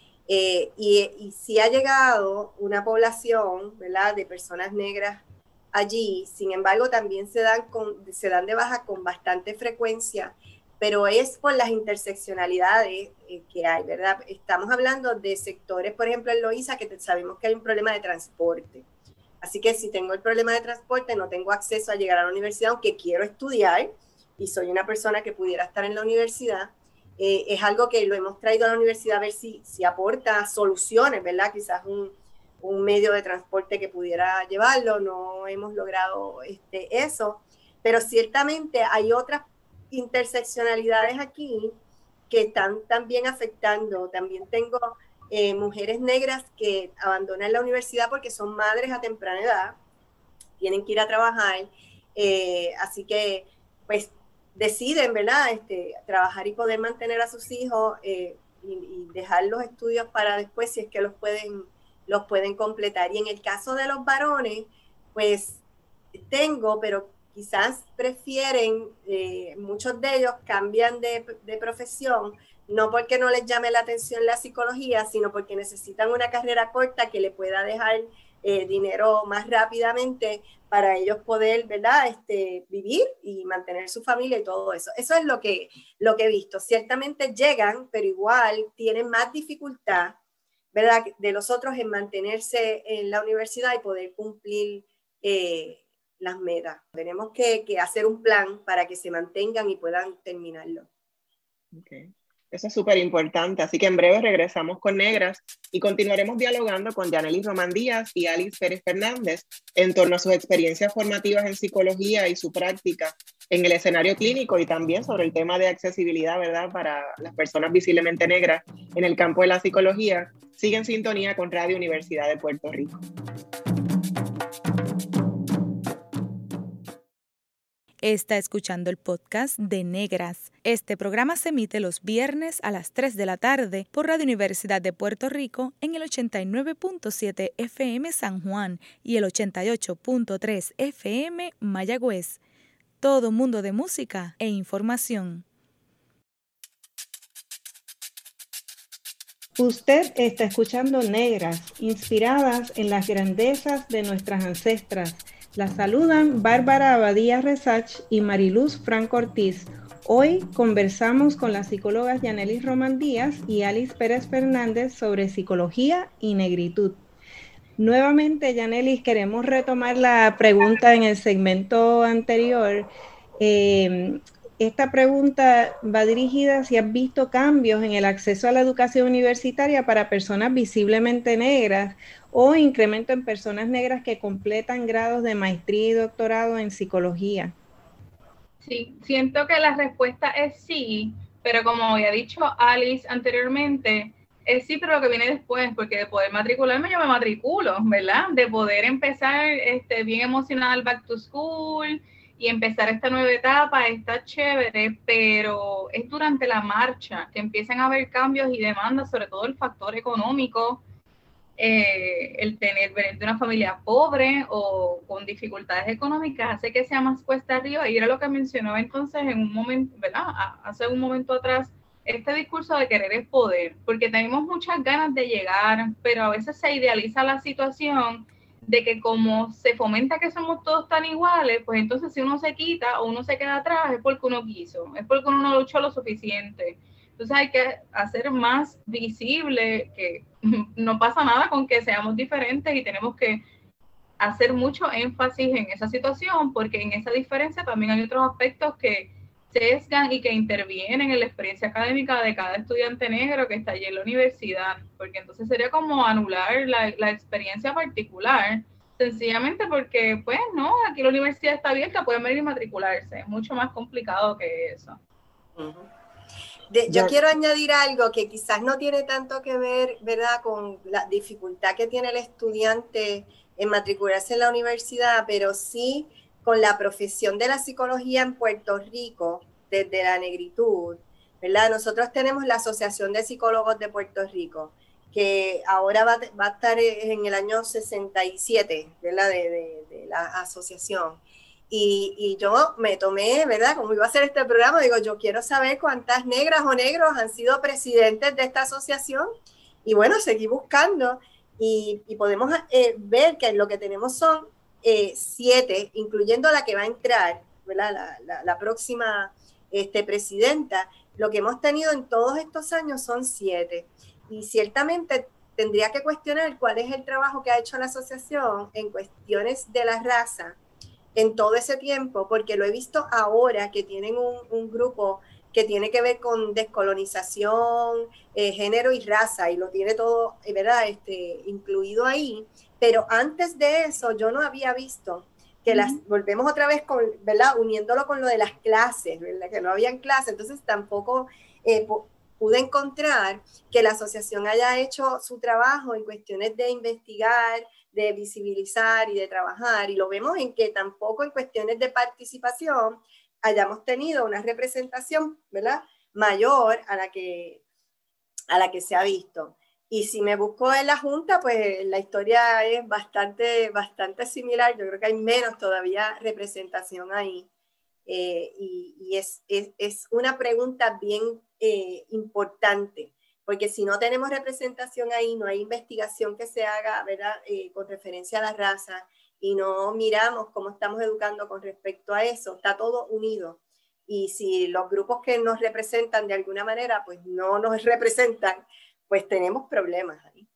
Eh, y, y sí ha llegado una población, ¿verdad?, de personas negras allí. Sin embargo, también se dan, con, se dan de baja con bastante frecuencia, pero es por las interseccionalidades eh, que hay, ¿verdad? Estamos hablando de sectores, por ejemplo, en Loíza, que sabemos que hay un problema de transporte. Así que si tengo el problema de transporte, no tengo acceso a llegar a la universidad, aunque quiero estudiar y soy una persona que pudiera estar en la universidad. Eh, es algo que lo hemos traído a la universidad a ver si, si aporta soluciones, ¿verdad? Quizás un, un medio de transporte que pudiera llevarlo, no hemos logrado este, eso, pero ciertamente hay otras interseccionalidades aquí que están también afectando. También tengo eh, mujeres negras que abandonan la universidad porque son madres a temprana edad, tienen que ir a trabajar, eh, así que pues deciden, ¿verdad?, este, trabajar y poder mantener a sus hijos eh, y, y dejar los estudios para después, si es que los pueden, los pueden completar. Y en el caso de los varones, pues tengo, pero quizás prefieren, eh, muchos de ellos cambian de, de profesión, no porque no les llame la atención la psicología, sino porque necesitan una carrera corta que le pueda dejar eh, dinero más rápidamente para ellos poder, ¿verdad? Este, vivir y mantener su familia y todo eso. Eso es lo que, lo que he visto. Ciertamente llegan, pero igual tienen más dificultad, ¿verdad?, de los otros en mantenerse en la universidad y poder cumplir eh, las metas. Tenemos que, que hacer un plan para que se mantengan y puedan terminarlo. Okay. Eso es súper importante, así que en breve regresamos con Negras y continuaremos dialogando con Yanelis Román Díaz y Alice Pérez Fernández en torno a sus experiencias formativas en psicología y su práctica en el escenario clínico y también sobre el tema de accesibilidad, ¿verdad?, para las personas visiblemente negras en el campo de la psicología. Sigue en sintonía con Radio Universidad de Puerto Rico. Está escuchando el podcast de Negras. Este programa se emite los viernes a las tres de la tarde por Radio Universidad de Puerto Rico en el ochenta y nueve punto siete F M San Juan y el ochenta y ocho punto tres F M Mayagüez. Todo mundo de música e información. Usted está escuchando Negras, inspiradas en las grandezas de nuestras ancestras. La saludan Bárbara Abadía Resach y Mariluz Franco Ortiz. Hoy conversamos con las psicólogas Yanelis Román Díaz y Alice Pérez Fernández sobre psicología y negritud. Nuevamente, Yanelis, queremos retomar la pregunta en el segmento anterior. Eh, esta pregunta va dirigida a si has visto cambios en el acceso a la educación universitaria para personas visiblemente negras o incremento en personas negras que completan grados de maestría y doctorado en psicología. Sí, siento que la respuesta es sí, pero como había dicho Alice anteriormente, es sí, pero lo que viene después, porque de poder matricularme yo me matriculo, ¿verdad? De poder empezar este, bien emocionada al back to school y empezar esta nueva etapa, está chévere, pero es durante la marcha que empiezan a haber cambios y demandas, sobre todo el factor económico, eh, el tener venir de una familia pobre o con dificultades económicas hace que sea más cuesta arriba, y era lo que mencionaba entonces en un momento, ¿verdad? Hace un momento atrás, este discurso de querer es poder, porque tenemos muchas ganas de llegar, pero a veces se idealiza la situación de que como se fomenta que somos todos tan iguales, pues entonces si uno se quita o uno se queda atrás es porque uno quiso, es porque uno no luchó lo suficiente. Entonces hay que hacer más visible que no pasa nada con que seamos diferentes y tenemos que hacer mucho énfasis en esa situación, porque en esa diferencia también hay otros aspectos que sesgan y que intervienen en la experiencia académica de cada estudiante negro que está allí en la universidad, porque entonces sería como anular la, la experiencia particular, sencillamente porque, pues, no, aquí la universidad está abierta, pueden venir y matricularse, es mucho más complicado que eso. Uh-huh. De, yo quiero añadir algo que quizás no tiene tanto que ver, ¿verdad?, con la dificultad que tiene el estudiante en matricularse en la universidad, pero sí con la profesión de la psicología en Puerto Rico, desde la negritud, ¿verdad? Nosotros tenemos la Asociación de Psicólogos de Puerto Rico, que ahora va, va a estar en el año sesenta y siete, ¿verdad?, de, de, de la asociación. Y, y yo me tomé, ¿verdad?, como iba a hacer este programa, digo, yo quiero saber cuántas negras o negros han sido presidentes de esta asociación. Y bueno, seguí buscando y, y podemos eh, ver que lo que tenemos son eh, siete, incluyendo la que va a entrar, ¿verdad?, la, la, la próxima este, presidenta. Lo que hemos tenido en todos estos años son siete. Y ciertamente tendría que cuestionar cuál es el trabajo que ha hecho la asociación en cuestiones de la raza en todo ese tiempo, porque lo he visto ahora que tienen un, un grupo que tiene que ver con descolonización, eh, género y raza, y lo tiene todo, ¿verdad?, este, incluido ahí. Pero antes de eso yo no había visto que las, uh-huh. volvemos otra vez con, ¿verdad?, uniéndolo con lo de las clases, ¿verdad?, que no habían clases, entonces tampoco eh, pude encontrar que la asociación haya hecho su trabajo en cuestiones de investigar, de visibilizar y de trabajar, y lo vemos en que tampoco en cuestiones de participación hayamos tenido una representación, ¿verdad?, mayor a la que, a la que se ha visto. Y si me busco en la Junta, pues la historia es bastante, bastante similar. Yo creo que hay menos todavía representación ahí. Eh, y y es, es, es una pregunta bien eh, importante, porque si no tenemos representación ahí, no hay investigación que se haga, ¿verdad?, eh, con referencia a la raza, y no miramos cómo estamos educando con respecto a eso, está todo unido. Y si los grupos que nos representan de alguna manera, pues no nos representan, pues tenemos problemas ahí.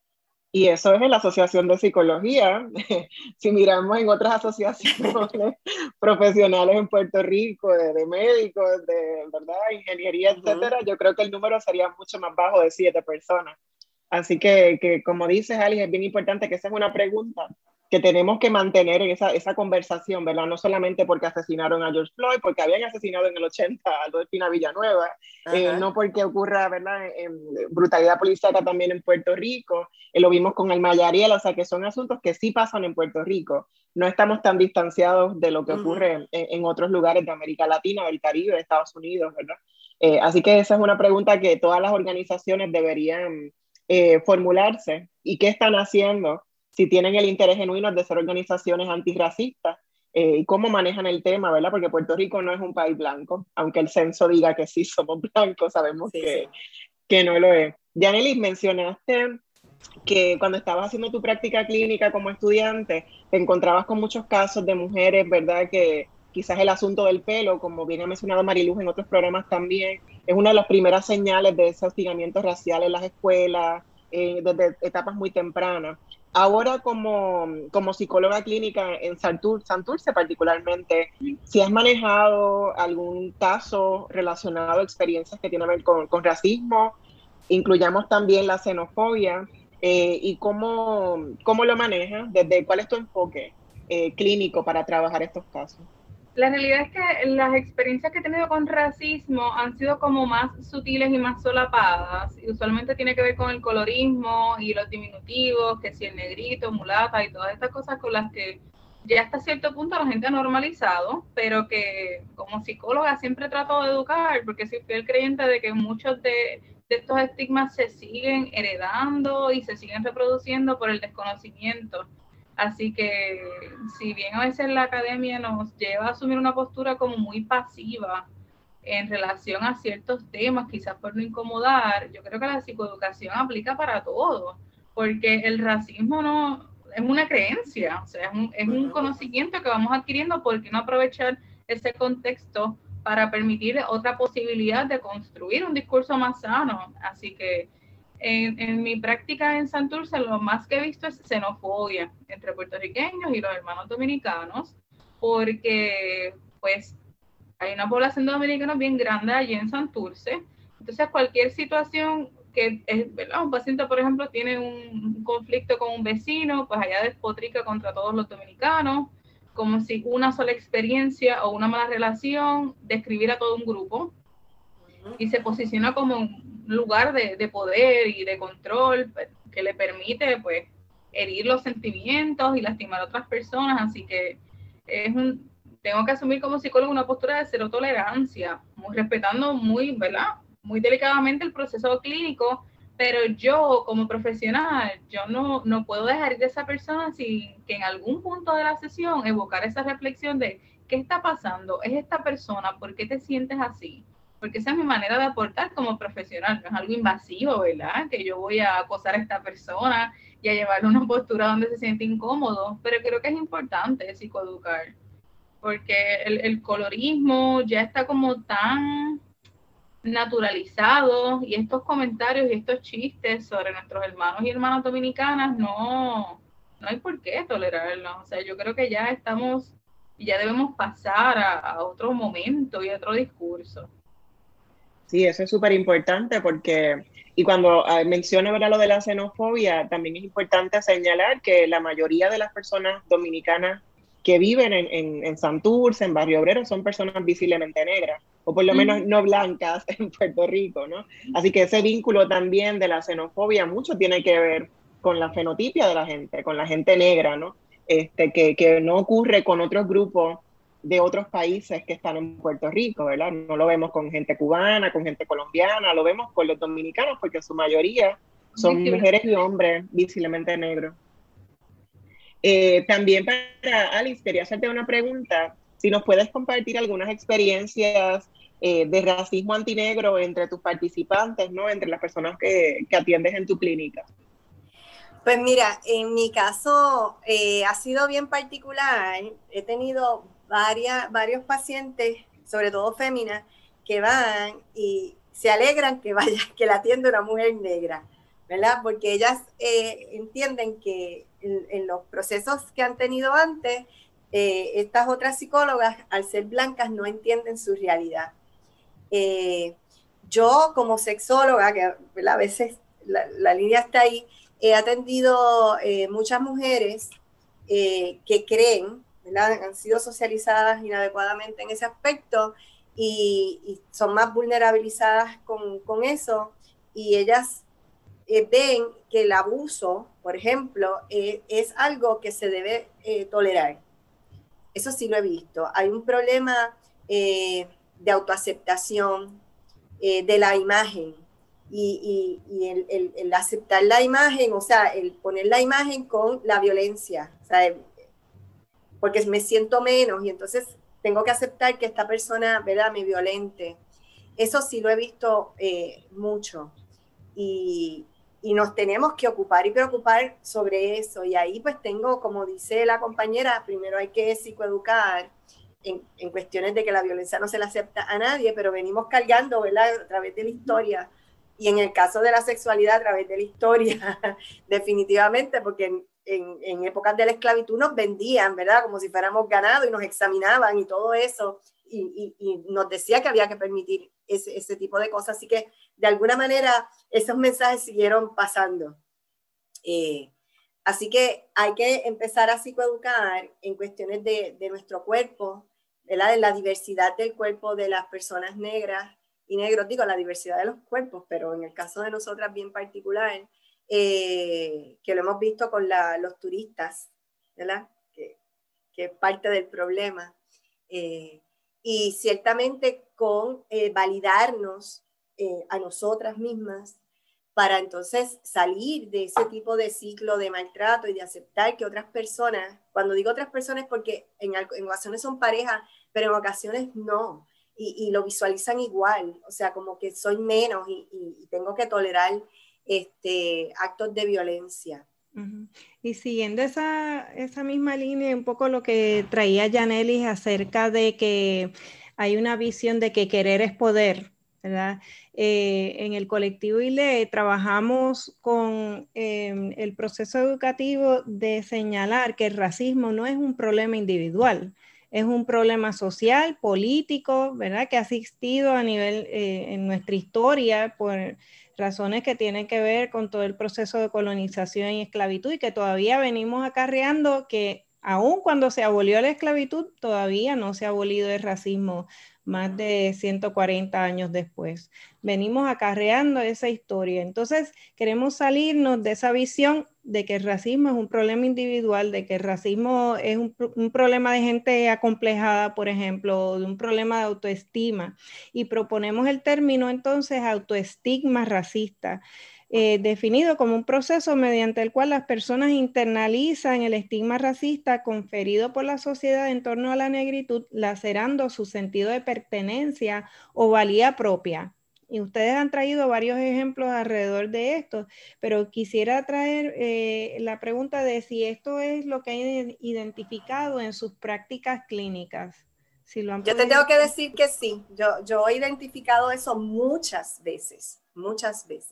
Y eso es en la Asociación de Psicología. Si miramos en otras asociaciones profesionales en Puerto Rico, de, de médicos, de ¿verdad? Ingeniería, uh-huh. etcétera, yo creo que el número sería mucho más bajo de siete personas. Así que, que como dices, Alice, es bien importante que esa es una pregunta que tenemos que mantener en esa, esa conversación, ¿verdad? No solamente porque asesinaron a George Floyd, porque habían asesinado en el ochenta a Delfina Villanueva, eh, no porque ocurra, ¿verdad?, en, en brutalidad policíaca también en Puerto Rico, eh, lo vimos con el Mayariel, o sea, que son asuntos que sí pasan en Puerto Rico. No estamos tan distanciados de lo que uh-huh. ocurre en, en otros lugares de América Latina, del Caribe, de Estados Unidos, ¿verdad? Eh, así que esa es una pregunta que todas las organizaciones deberían eh, formularse. ¿Y qué están haciendo? Si tienen el interés genuino de ser organizaciones antirracistas, eh, y cómo manejan el tema, ¿verdad? Porque Puerto Rico no es un país blanco, aunque el censo diga que sí somos blancos, sabemos sí, que, sí. que no lo es. Yanelis, mencionaste que cuando estabas haciendo tu práctica clínica como estudiante, te encontrabas con muchos casos de mujeres, ¿verdad? Que quizás el asunto del pelo, como bien ha mencionado Mariluz en otros programas también, es una de las primeras señales de ese hostigamiento racial en las escuelas, eh, desde etapas muy tempranas. Ahora, como, como psicóloga clínica en Santur, Santurce particularmente, si has manejado algún caso relacionado a experiencias que tienen que ver con, con racismo, incluyamos también la xenofobia, eh, y cómo, cómo lo manejas, desde cuál es tu enfoque eh, clínico para trabajar estos casos. La realidad es que las experiencias que he tenido con racismo han sido como más sutiles y más solapadas, y usualmente tiene que ver con el colorismo y los diminutivos, que si el negrito, mulata y todas estas cosas con las que ya hasta cierto punto la gente ha normalizado, pero que como psicóloga siempre trato de educar, porque soy fiel creyente de que muchos de, de estos estigmas se siguen heredando y se siguen reproduciendo por el desconocimiento. Así que, si bien a veces la academia nos lleva a asumir una postura como muy pasiva en relación a ciertos temas, quizás por no incomodar, yo creo que la psicoeducación aplica para todo, porque el racismo no es una creencia, o sea, es un, es un conocimiento que vamos adquiriendo. ¿Por qué no aprovechar ese contexto para permitir otra posibilidad de construir un discurso más sano? Así que, En, en mi práctica en Santurce, lo más que he visto es xenofobia entre puertorriqueños y los hermanos dominicanos, porque pues hay una población de dominicanos bien grande allí en Santurce. Entonces cualquier situación que es, ¿verdad? Un paciente, por ejemplo, tiene un conflicto con un vecino, pues allá despotrica contra todos los dominicanos, como si una sola experiencia o una mala relación describiera a todo un grupo, y se posiciona como un lugar de, de poder y de control que le permite pues herir los sentimientos y lastimar a otras personas. Así que es un, tengo que asumir como psicólogo una postura de cero tolerancia, muy, respetando muy, ¿verdad? muy delicadamente el proceso clínico, pero yo como profesional, yo no, no puedo dejar ir de esa persona sin que en algún punto de la sesión evocar esa reflexión de ¿qué está pasando? ¿Es esta persona? ¿Por qué te sientes así? Porque esa es mi manera de aportar como profesional, no es algo invasivo, ¿verdad? Que yo voy a acosar a esta persona y a llevarle una postura donde se siente incómodo, pero creo que es importante psicoeducar, porque el, el colorismo ya está como tan naturalizado, y estos comentarios y estos chistes sobre nuestros hermanos y hermanas dominicanas no, no hay por qué tolerarlo. O sea, yo creo que ya estamos, ya debemos pasar a, a otro momento y a otro discurso. Sí, eso es súper importante porque, y cuando uh, menciono ¿verdad? lo de la xenofobia, también es importante señalar que la mayoría de las personas dominicanas que viven en, en, en Santurce, en Barrio Obrero, son personas visiblemente negras, o por lo menos no blancas en Puerto Rico, ¿no? Así que ese vínculo también de la xenofobia mucho tiene que ver con la fenotipia de la gente, con la gente negra, ¿no? Este, que, que no ocurre con otros grupos de otros países que están en Puerto Rico, ¿verdad? No lo vemos con gente cubana, con gente colombiana, lo vemos con los dominicanos, porque en su mayoría son Visible. mujeres y hombres visiblemente negros. Eh, también para Alice, quería hacerte una pregunta, si nos puedes compartir algunas experiencias eh, de racismo antinegro entre tus participantes, ¿no? Entre las personas que, que atiendes en tu clínica. Pues mira, en mi caso eh, ha sido bien particular. He tenido varias, varios pacientes, sobre todo féminas, que van y se alegran que vaya, que la atienda una mujer negra, ¿verdad? Porque ellas eh, entienden que en, en los procesos que han tenido antes, eh, estas otras psicólogas, al ser blancas, no entienden su realidad. Eh, yo como sexóloga, que ¿verdad? A veces la, la línea está ahí, he atendido eh, muchas mujeres eh, que creen, ¿verdad? Han sido socializadas inadecuadamente en ese aspecto y, y son más vulnerabilizadas con, con eso, y ellas eh, ven que el abuso, por ejemplo, eh, es algo que se debe eh, tolerar. Eso sí lo he visto. Hay un problema eh, de autoaceptación eh, de la imagen. Y, y, y el, el, el aceptar la imagen, o sea, el poner la imagen con la violencia, o sea, porque me siento menos y entonces tengo que aceptar que esta persona, ¿verdad?, me violente. Eso sí lo he visto eh, mucho. Y, y nos tenemos que ocupar y preocupar sobre eso. Y ahí pues tengo, como dice la compañera, primero hay que psicoeducar en, en cuestiones de que la violencia no se le acepta a nadie, pero venimos cargando, ¿verdad?, a través de la historia. Y en el caso de la sexualidad, a través de la historia, definitivamente, porque en, en, en épocas de la esclavitud nos vendían, ¿verdad?, como si fuéramos ganado y nos examinaban y todo eso. Y, y, y nos decía que había que permitir ese, ese tipo de cosas. Así que, de alguna manera, esos mensajes siguieron pasando. Eh, así que hay que empezar a psicoeducar en cuestiones de, de nuestro cuerpo, ¿verdad?, de la diversidad del cuerpo de las personas negras y negros, digo, la diversidad de los cuerpos, pero en el caso de nosotras bien particular, eh, que lo hemos visto con la, los turistas, ¿verdad?, que, que es parte del problema. Eh, y ciertamente con eh, validarnos eh, a nosotras mismas para entonces salir de ese tipo de ciclo de maltrato y de aceptar que otras personas, cuando digo otras personas porque en, en ocasiones son parejas, pero en ocasiones no, y, y lo visualizan igual, o sea, como que soy menos y, y, y tengo que tolerar este, actos de violencia. Uh-huh. Y siguiendo esa, esa misma línea, un poco lo que traía Yanelis acerca de que hay una visión de que querer es poder, ¿verdad? Eh, en el colectivo I L E trabajamos con eh, el proceso educativo de señalar que el racismo no es un problema individual, es un problema social, político, ¿verdad?, que ha existido a nivel eh, en nuestra historia por razones que tienen que ver con todo el proceso de colonización y esclavitud, y que todavía venimos acarreando, que aun cuando se abolió la esclavitud, todavía no se ha abolido el racismo más de ciento cuarenta años después. Venimos acarreando esa historia. Entonces, queremos salirnos de esa visión de que el racismo es un problema individual, de que el racismo es un, un problema de gente acomplejada, por ejemplo, de un problema de autoestima, y proponemos el término entonces autoestigma racista, eh, definido como un proceso mediante el cual las personas internalizan el estigma racista conferido por la sociedad en torno a la negritud, lacerando su sentido de pertenencia o valía propia. Y ustedes han traído varios ejemplos alrededor de esto, pero quisiera traer eh, la pregunta de si esto es lo que han identificado en sus prácticas clínicas. Si lo han yo te tengo que decir que sí, yo, yo he identificado eso muchas veces, muchas veces.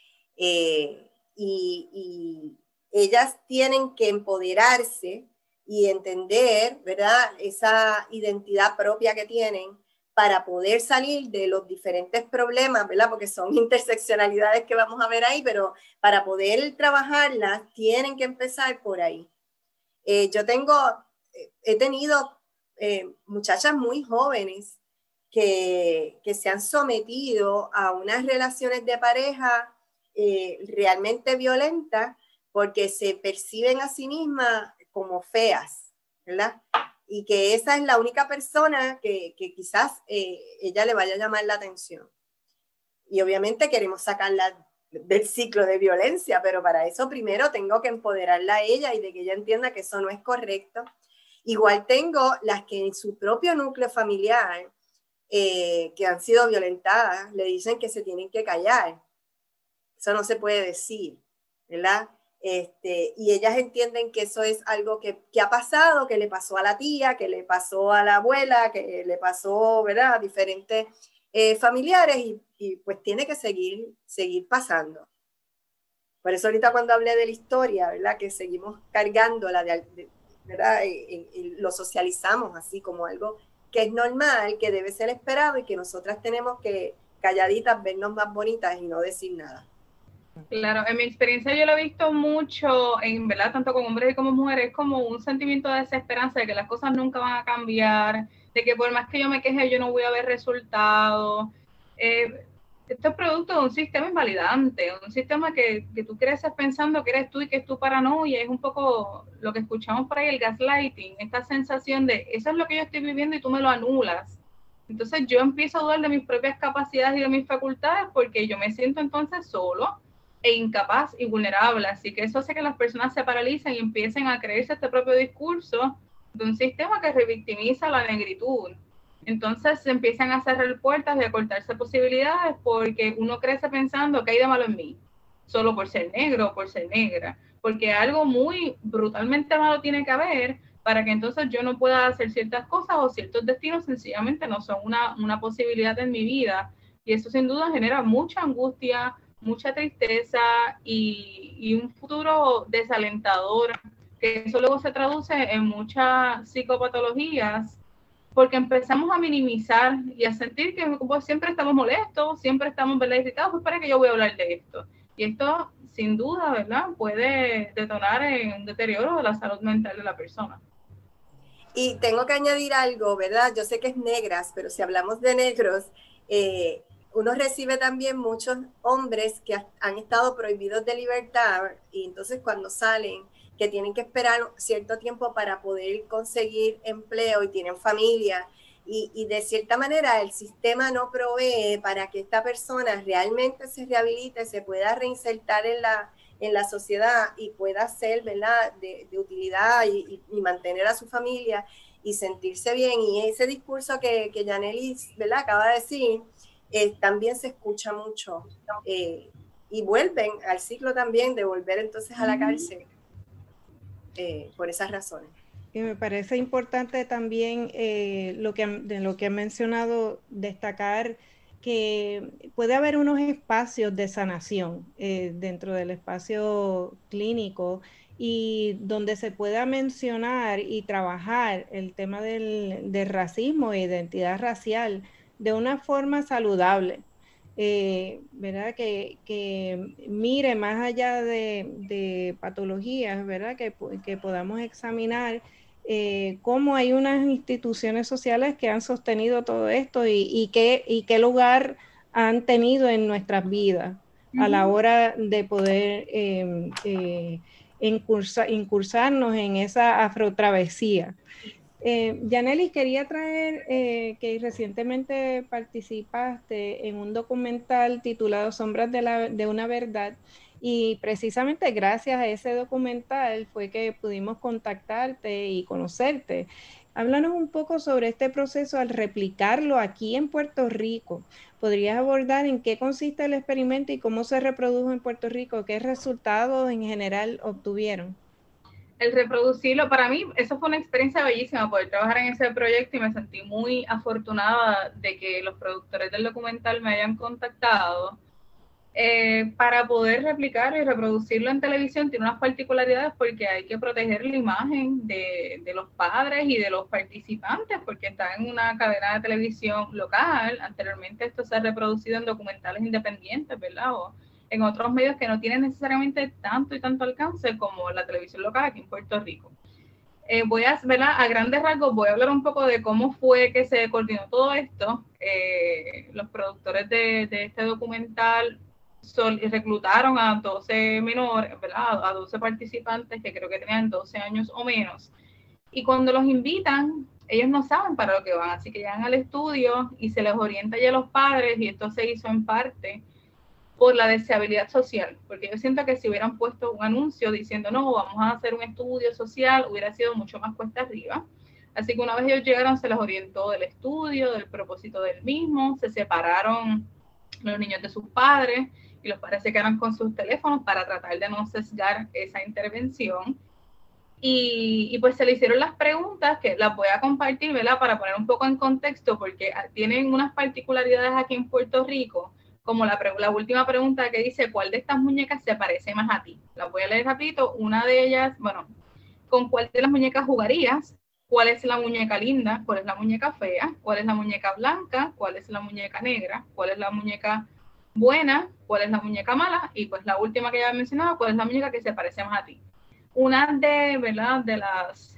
Eh, y, y ellas tienen que empoderarse y entender, ¿verdad?, esa identidad propia que tienen para poder salir de los diferentes problemas, ¿verdad?, porque son interseccionalidades que vamos a ver ahí, pero para poder trabajarlas tienen que empezar por ahí. Eh, yo tengo, he tenido eh, muchachas muy jóvenes que, que se han sometido a unas relaciones de pareja eh, realmente violentas porque se perciben a sí mismas como feas, ¿verdad? Y que esa es la única persona que, que quizás eh, ella le vaya a llamar la atención. Y obviamente queremos sacarla del ciclo de violencia, pero para eso primero tengo que empoderarla a ella y de que ella entienda que eso no es correcto. Igual tengo las que en su propio núcleo familiar, eh, que han sido violentadas, le dicen que se tienen que callar. Eso no se puede decir, ¿verdad? Este, y ellas entienden que eso es algo que, que ha pasado, que le pasó a la tía, que le pasó a la abuela, que le pasó, ¿verdad?, a diferentes eh, familiares y, y pues tiene que seguir, seguir pasando. Por eso ahorita cuando hablé de la historia, ¿verdad?, que seguimos cargándola, de, de, ¿verdad?, y, y, y lo socializamos así como algo que es normal, que debe ser esperado y que nosotras tenemos que calladitas vernos más bonitas y no decir nada. Claro, en mi experiencia yo lo he visto mucho, en verdad, tanto con hombres y como mujeres, como un sentimiento de desesperanza de que las cosas nunca van a cambiar, de que por más que yo me queje yo no voy a ver resultados. Eh, esto es producto de un sistema invalidante, un sistema que, que tú creces pensando que eres tú y que es tu paranoia, es un poco lo que escuchamos por ahí, el gaslighting, esta sensación de eso es lo que yo estoy viviendo y tú me lo anulas. Entonces yo empiezo a dudar de mis propias capacidades y de mis facultades porque yo me siento entonces solo e incapaz y vulnerable, así que eso hace que las personas se paralicen y empiecen a creerse este propio discurso de un sistema que revictimiza la negritud. Entonces se empiezan a cerrar puertas y a cortarse posibilidades porque uno crece pensando que hay de malo en mí, solo por ser negro o por ser negra, porque algo muy brutalmente malo tiene que haber para que entonces yo no pueda hacer ciertas cosas o ciertos destinos sencillamente no son una, una posibilidad en mi vida, y eso sin duda genera mucha angustia, mucha tristeza y, y un futuro desalentador, que eso luego se traduce en muchas psicopatologías, porque empezamos a minimizar y a sentir que pues, siempre estamos molestos, siempre estamos irritados, pues para que yo voy a hablar de esto. Y esto, sin duda, ¿verdad?, puede detonar en un deterioro de la salud mental de la persona. Y tengo que añadir algo, ¿verdad? Yo sé que es negras, pero si hablamos de negros, eh, uno recibe también muchos hombres que han estado prohibidos de libertad y entonces cuando salen, que tienen que esperar cierto tiempo para poder conseguir empleo y tienen familia y, y de cierta manera el sistema no provee para que esta persona realmente se rehabilite, se pueda reinsertar en la, en la sociedad y pueda ser, ¿verdad?, de, de utilidad y, y, y mantener a su familia y sentirse bien. Y ese discurso que, que Yanelis, ¿verdad?, acaba de decir, Eh, también se escucha mucho eh, y vuelven al ciclo también de volver entonces a la cárcel eh, por esas razones. Y me parece importante también eh, lo que, de lo que han mencionado, destacar que puede haber unos espacios de sanación eh, dentro del espacio clínico y donde se pueda mencionar y trabajar el tema del, del racismo e identidad racial de una forma saludable, eh, ¿verdad? Que, que mire más allá de, de patologías, ¿verdad? Que, que podamos examinar eh, cómo hay unas instituciones sociales que han sostenido todo esto y, y, qué, y qué lugar han tenido en nuestras vidas uh-huh. a la hora de poder eh, eh, incursa, incursarnos en esa afrotravesía. Eh, Yanelis, quería traer eh, que recientemente participaste en un documental titulado Sombras de, la, de una verdad y precisamente gracias a ese documental fue que pudimos contactarte y conocerte. Háblanos un poco sobre este proceso al replicarlo aquí en Puerto Rico. ¿Podrías abordar en qué consiste el experimento y cómo se reprodujo en Puerto Rico? ¿Qué resultados en general obtuvieron? El reproducirlo, para mí, eso fue una experiencia bellísima, poder trabajar en ese proyecto y me sentí muy afortunada de que los productores del documental me hayan contactado. Eh, para poder replicarlo y reproducirlo en televisión tiene unas particularidades porque hay que proteger la imagen de, de los padres y de los participantes porque están en una cadena de televisión local. Anteriormente esto se ha reproducido en documentales independientes, ¿verdad? O en otros medios que no tienen necesariamente tanto y tanto alcance como la televisión local aquí en Puerto Rico. Eh, voy a, ¿verdad? A grandes rasgos voy a hablar un poco de cómo fue que se coordinó todo esto. Eh, los productores de, de este documental Sol, reclutaron a doce menores, ¿verdad? A doce participantes que creo que tenían doce años o menos. Y cuando los invitan, ellos no saben para lo que van, así que llegan al estudio y se les orienta ya a los padres, y esto se hizo en parte por la deseabilidad social, porque yo siento que si hubieran puesto un anuncio diciendo, no, vamos a hacer un estudio social, hubiera sido mucho más cuesta arriba. Así que una vez ellos llegaron, se les orientó del estudio, del propósito del mismo, se separaron los niños de sus padres, y los padres se quedaron con sus teléfonos para tratar de no sesgar esa intervención. Y, y pues se le hicieron las preguntas que las voy a compartir, ¿verdad? Para poner un poco en contexto, porque tienen unas particularidades aquí en Puerto Rico, como la, la última pregunta que dice, ¿cuál de estas muñecas se parece más a ti? La voy a leer rapidito. Una de ellas, bueno, ¿con cuál de las muñecas jugarías? ¿Cuál es la muñeca linda? ¿Cuál es la muñeca fea? ¿Cuál es la muñeca blanca? ¿Cuál es la muñeca negra? ¿Cuál es la muñeca buena? ¿Cuál es la muñeca mala? Y pues la última que ya he mencionado, ¿cuál es la muñeca que se parece más a ti? Una de, ¿verdad? de las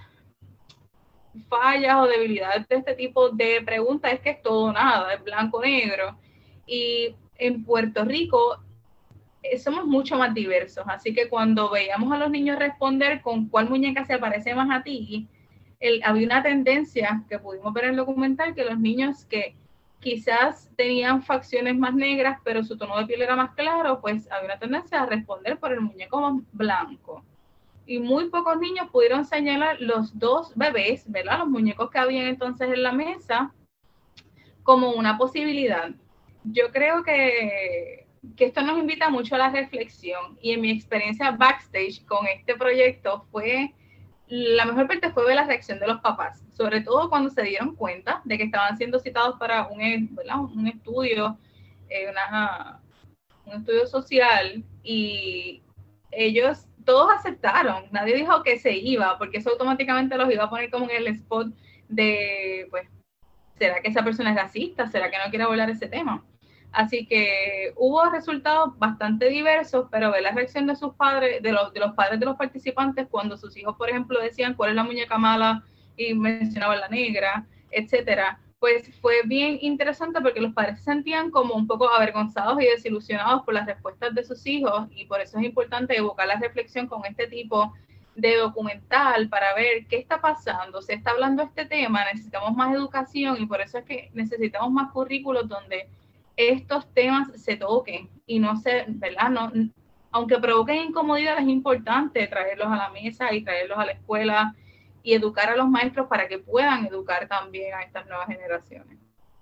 fallas o debilidades de este tipo de preguntas es que es todo nada, es blanco o negro. Y en Puerto Rico eh, somos mucho más diversos, así que cuando veíamos a los niños responder con cuál muñeca se parece más a ti, el, había una tendencia que pudimos ver en el documental, que los niños que quizás tenían facciones más negras, pero su tono de piel era más claro, pues había una tendencia a responder por el muñeco más blanco. Y muy pocos niños pudieron señalar los dos bebés, ¿verdad? Los muñecos que habían entonces en la mesa, como una posibilidad. Yo creo que, que esto nos invita mucho a la reflexión, y en mi experiencia backstage con este proyecto fue, la mejor parte fue ver la reacción de los papás, sobre todo cuando se dieron cuenta de que estaban siendo citados para un, ¿verdad? un estudio, eh, una, un estudio social, y ellos todos aceptaron, nadie dijo que se iba, porque eso automáticamente los iba a poner como en el spot de, pues, ¿será que esa persona es racista? ¿Será que no quiere abordar ese tema? Así que hubo resultados bastante diversos, pero ver la reacción de sus padres, de los, de los padres de los participantes, cuando sus hijos, por ejemplo, decían cuál es la muñeca mala y mencionaban la negra, etcétera, pues fue bien interesante porque los padres se sentían como un poco avergonzados y desilusionados por las respuestas de sus hijos, y por eso es importante evocar la reflexión con este tipo de documental para ver qué está pasando. Se está hablando de este tema, necesitamos más educación, y por eso es que necesitamos más currículos donde estos temas se toquen y no se, ¿verdad? No, aunque provoquen incomodidad, es importante traerlos a la mesa y traerlos a la escuela y educar a los maestros para que puedan educar también a estas nuevas generaciones.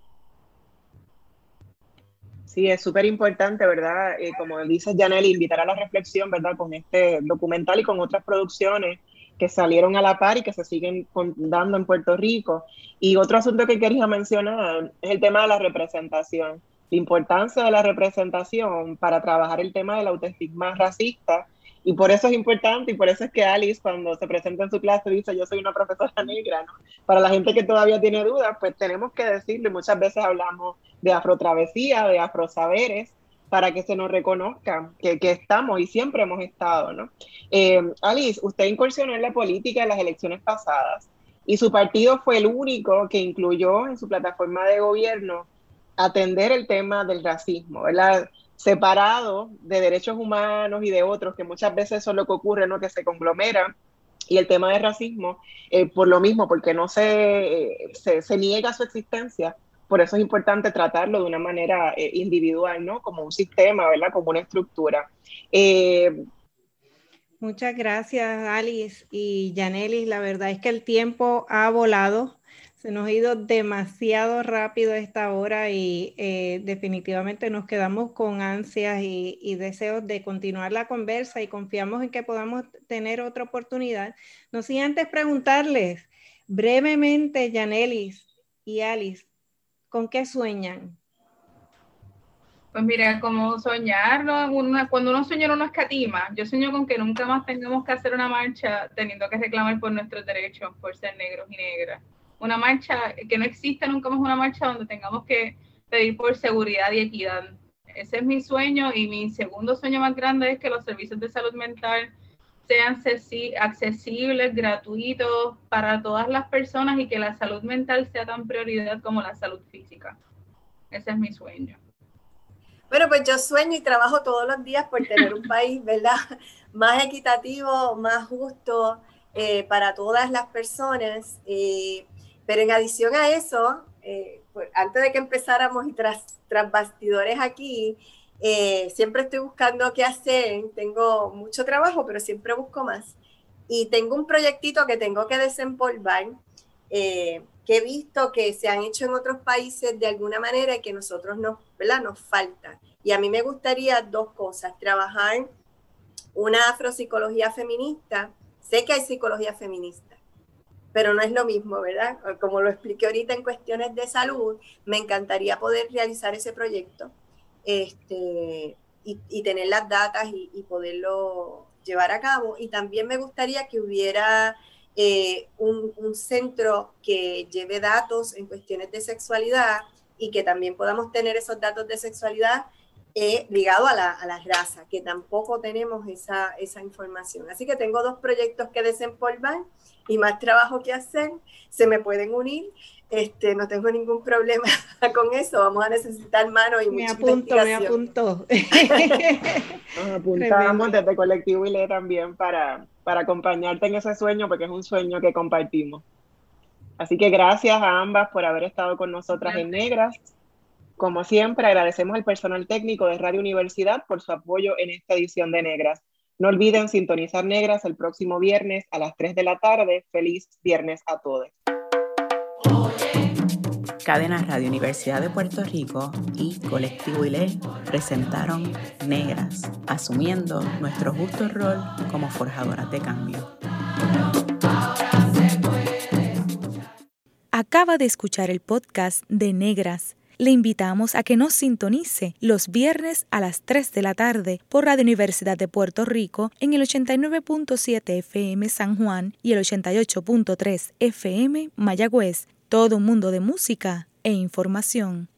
Sí, es súper importante, ¿verdad? Eh, como dice Yanely, invitar a la reflexión, ¿verdad? Con este documental y con otras producciones que salieron a la par y que se siguen dando en Puerto Rico. Y otro asunto que quería mencionar es el tema de la representación. La importancia de la representación para trabajar el tema del autoestigma racista. Y por eso es importante, y por eso es que Alice, cuando se presenta en su clase, dice, yo soy una profesora negra, ¿no? Para la gente que todavía tiene dudas, pues tenemos que decirlo, y muchas veces hablamos de afrotravesía, de afrosaberes, para que se nos reconozca que, que estamos y siempre hemos estado, ¿no? Eh, Alice, usted incursionó en la política en las elecciones pasadas, y su partido fue el único que incluyó en su plataforma de gobierno atender el tema del racismo, ¿verdad? Separado de derechos humanos y de otros, que muchas veces eso es lo que ocurre, ¿no? Que se conglomeran, y el tema del racismo, eh, por lo mismo, porque no se, eh, se, se niega su existencia, por eso es importante tratarlo de una manera eh, individual, ¿no? Como un sistema, ¿verdad? Como una estructura. Eh, Muchas gracias, Alice y Yanely. La verdad es que el tiempo ha volado. Se nos ha ido demasiado rápido esta hora, y eh, definitivamente nos quedamos con ansias y, y deseos de continuar la conversa, y confiamos en que podamos tener otra oportunidad. No sin antes preguntarles brevemente, Yanely y Alice, ¿con qué sueñan? Pues mira, como soñar, ¿no? Una, cuando uno sueña uno escatima. Yo sueño con que nunca más tengamos que hacer una marcha teniendo que reclamar por nuestros derechos, por ser negros y negras. Una marcha, que no exista nunca más una marcha donde tengamos que pedir por seguridad y equidad. Ese es mi sueño, y mi segundo sueño más grande es que los servicios de salud mental sean accesibles, gratuitos para todas las personas, y que la salud mental sea tan prioridad como la salud física. Ese es mi sueño. Bueno, pues yo sueño y trabajo todos los días por tener un país, ¿verdad? Más equitativo, más justo eh, para todas las personas. Eh, pero en adición a eso, eh, pues antes de que empezáramos y tras, tras bastidores aquí, eh, siempre estoy buscando qué hacer. Tengo mucho trabajo, pero siempre busco más. Y tengo un proyectito que tengo que desempolvar. Eh, que he visto que se han hecho en otros países de alguna manera y que nosotros nos, ¿verdad? nos falta. Y a mí me gustaría dos cosas, trabajar una afropsicología feminista. Sé que hay psicología feminista, pero no es lo mismo, ¿verdad? Como lo expliqué ahorita en cuestiones de salud, me encantaría poder realizar ese proyecto este, y, y tener las datas y, y poderlo llevar a cabo. Y también me gustaría que hubiera eh, un, un centro que lleve datos en cuestiones de sexualidad y que también podamos tener esos datos de sexualidad eh, ligados a la, a la raza, que tampoco tenemos esa, esa información. Así que tengo dos proyectos que desempolvar y más trabajo que hacer. Se me pueden unir. Este, no tengo ningún problema con eso. Vamos a necesitar manos y me mucha apunto, investigación. Me apunto, Nos apuntamos desde Colectivo I L E también para, para acompañarte en ese sueño, porque es un sueño que compartimos. Así que gracias a ambas por haber estado con nosotras en Negras. Como siempre, agradecemos al personal técnico de Radio Universidad por su apoyo en esta edición de Negras. No olviden sintonizar Negras el próximo viernes a las tres de la tarde. Feliz viernes a todos. Cadena Radio Universidad de Puerto Rico y Colectivo I L E presentaron Negras, asumiendo nuestro justo rol como forjadoras de cambio. Acaba de escuchar el podcast de Negras. Le invitamos a que nos sintonice los viernes a las tres de la tarde por Radio Universidad de Puerto Rico en el ochenta y nueve punto siete F M San Juan y el ochenta y ocho punto tres F M Mayagüez. Todo un mundo de música e información.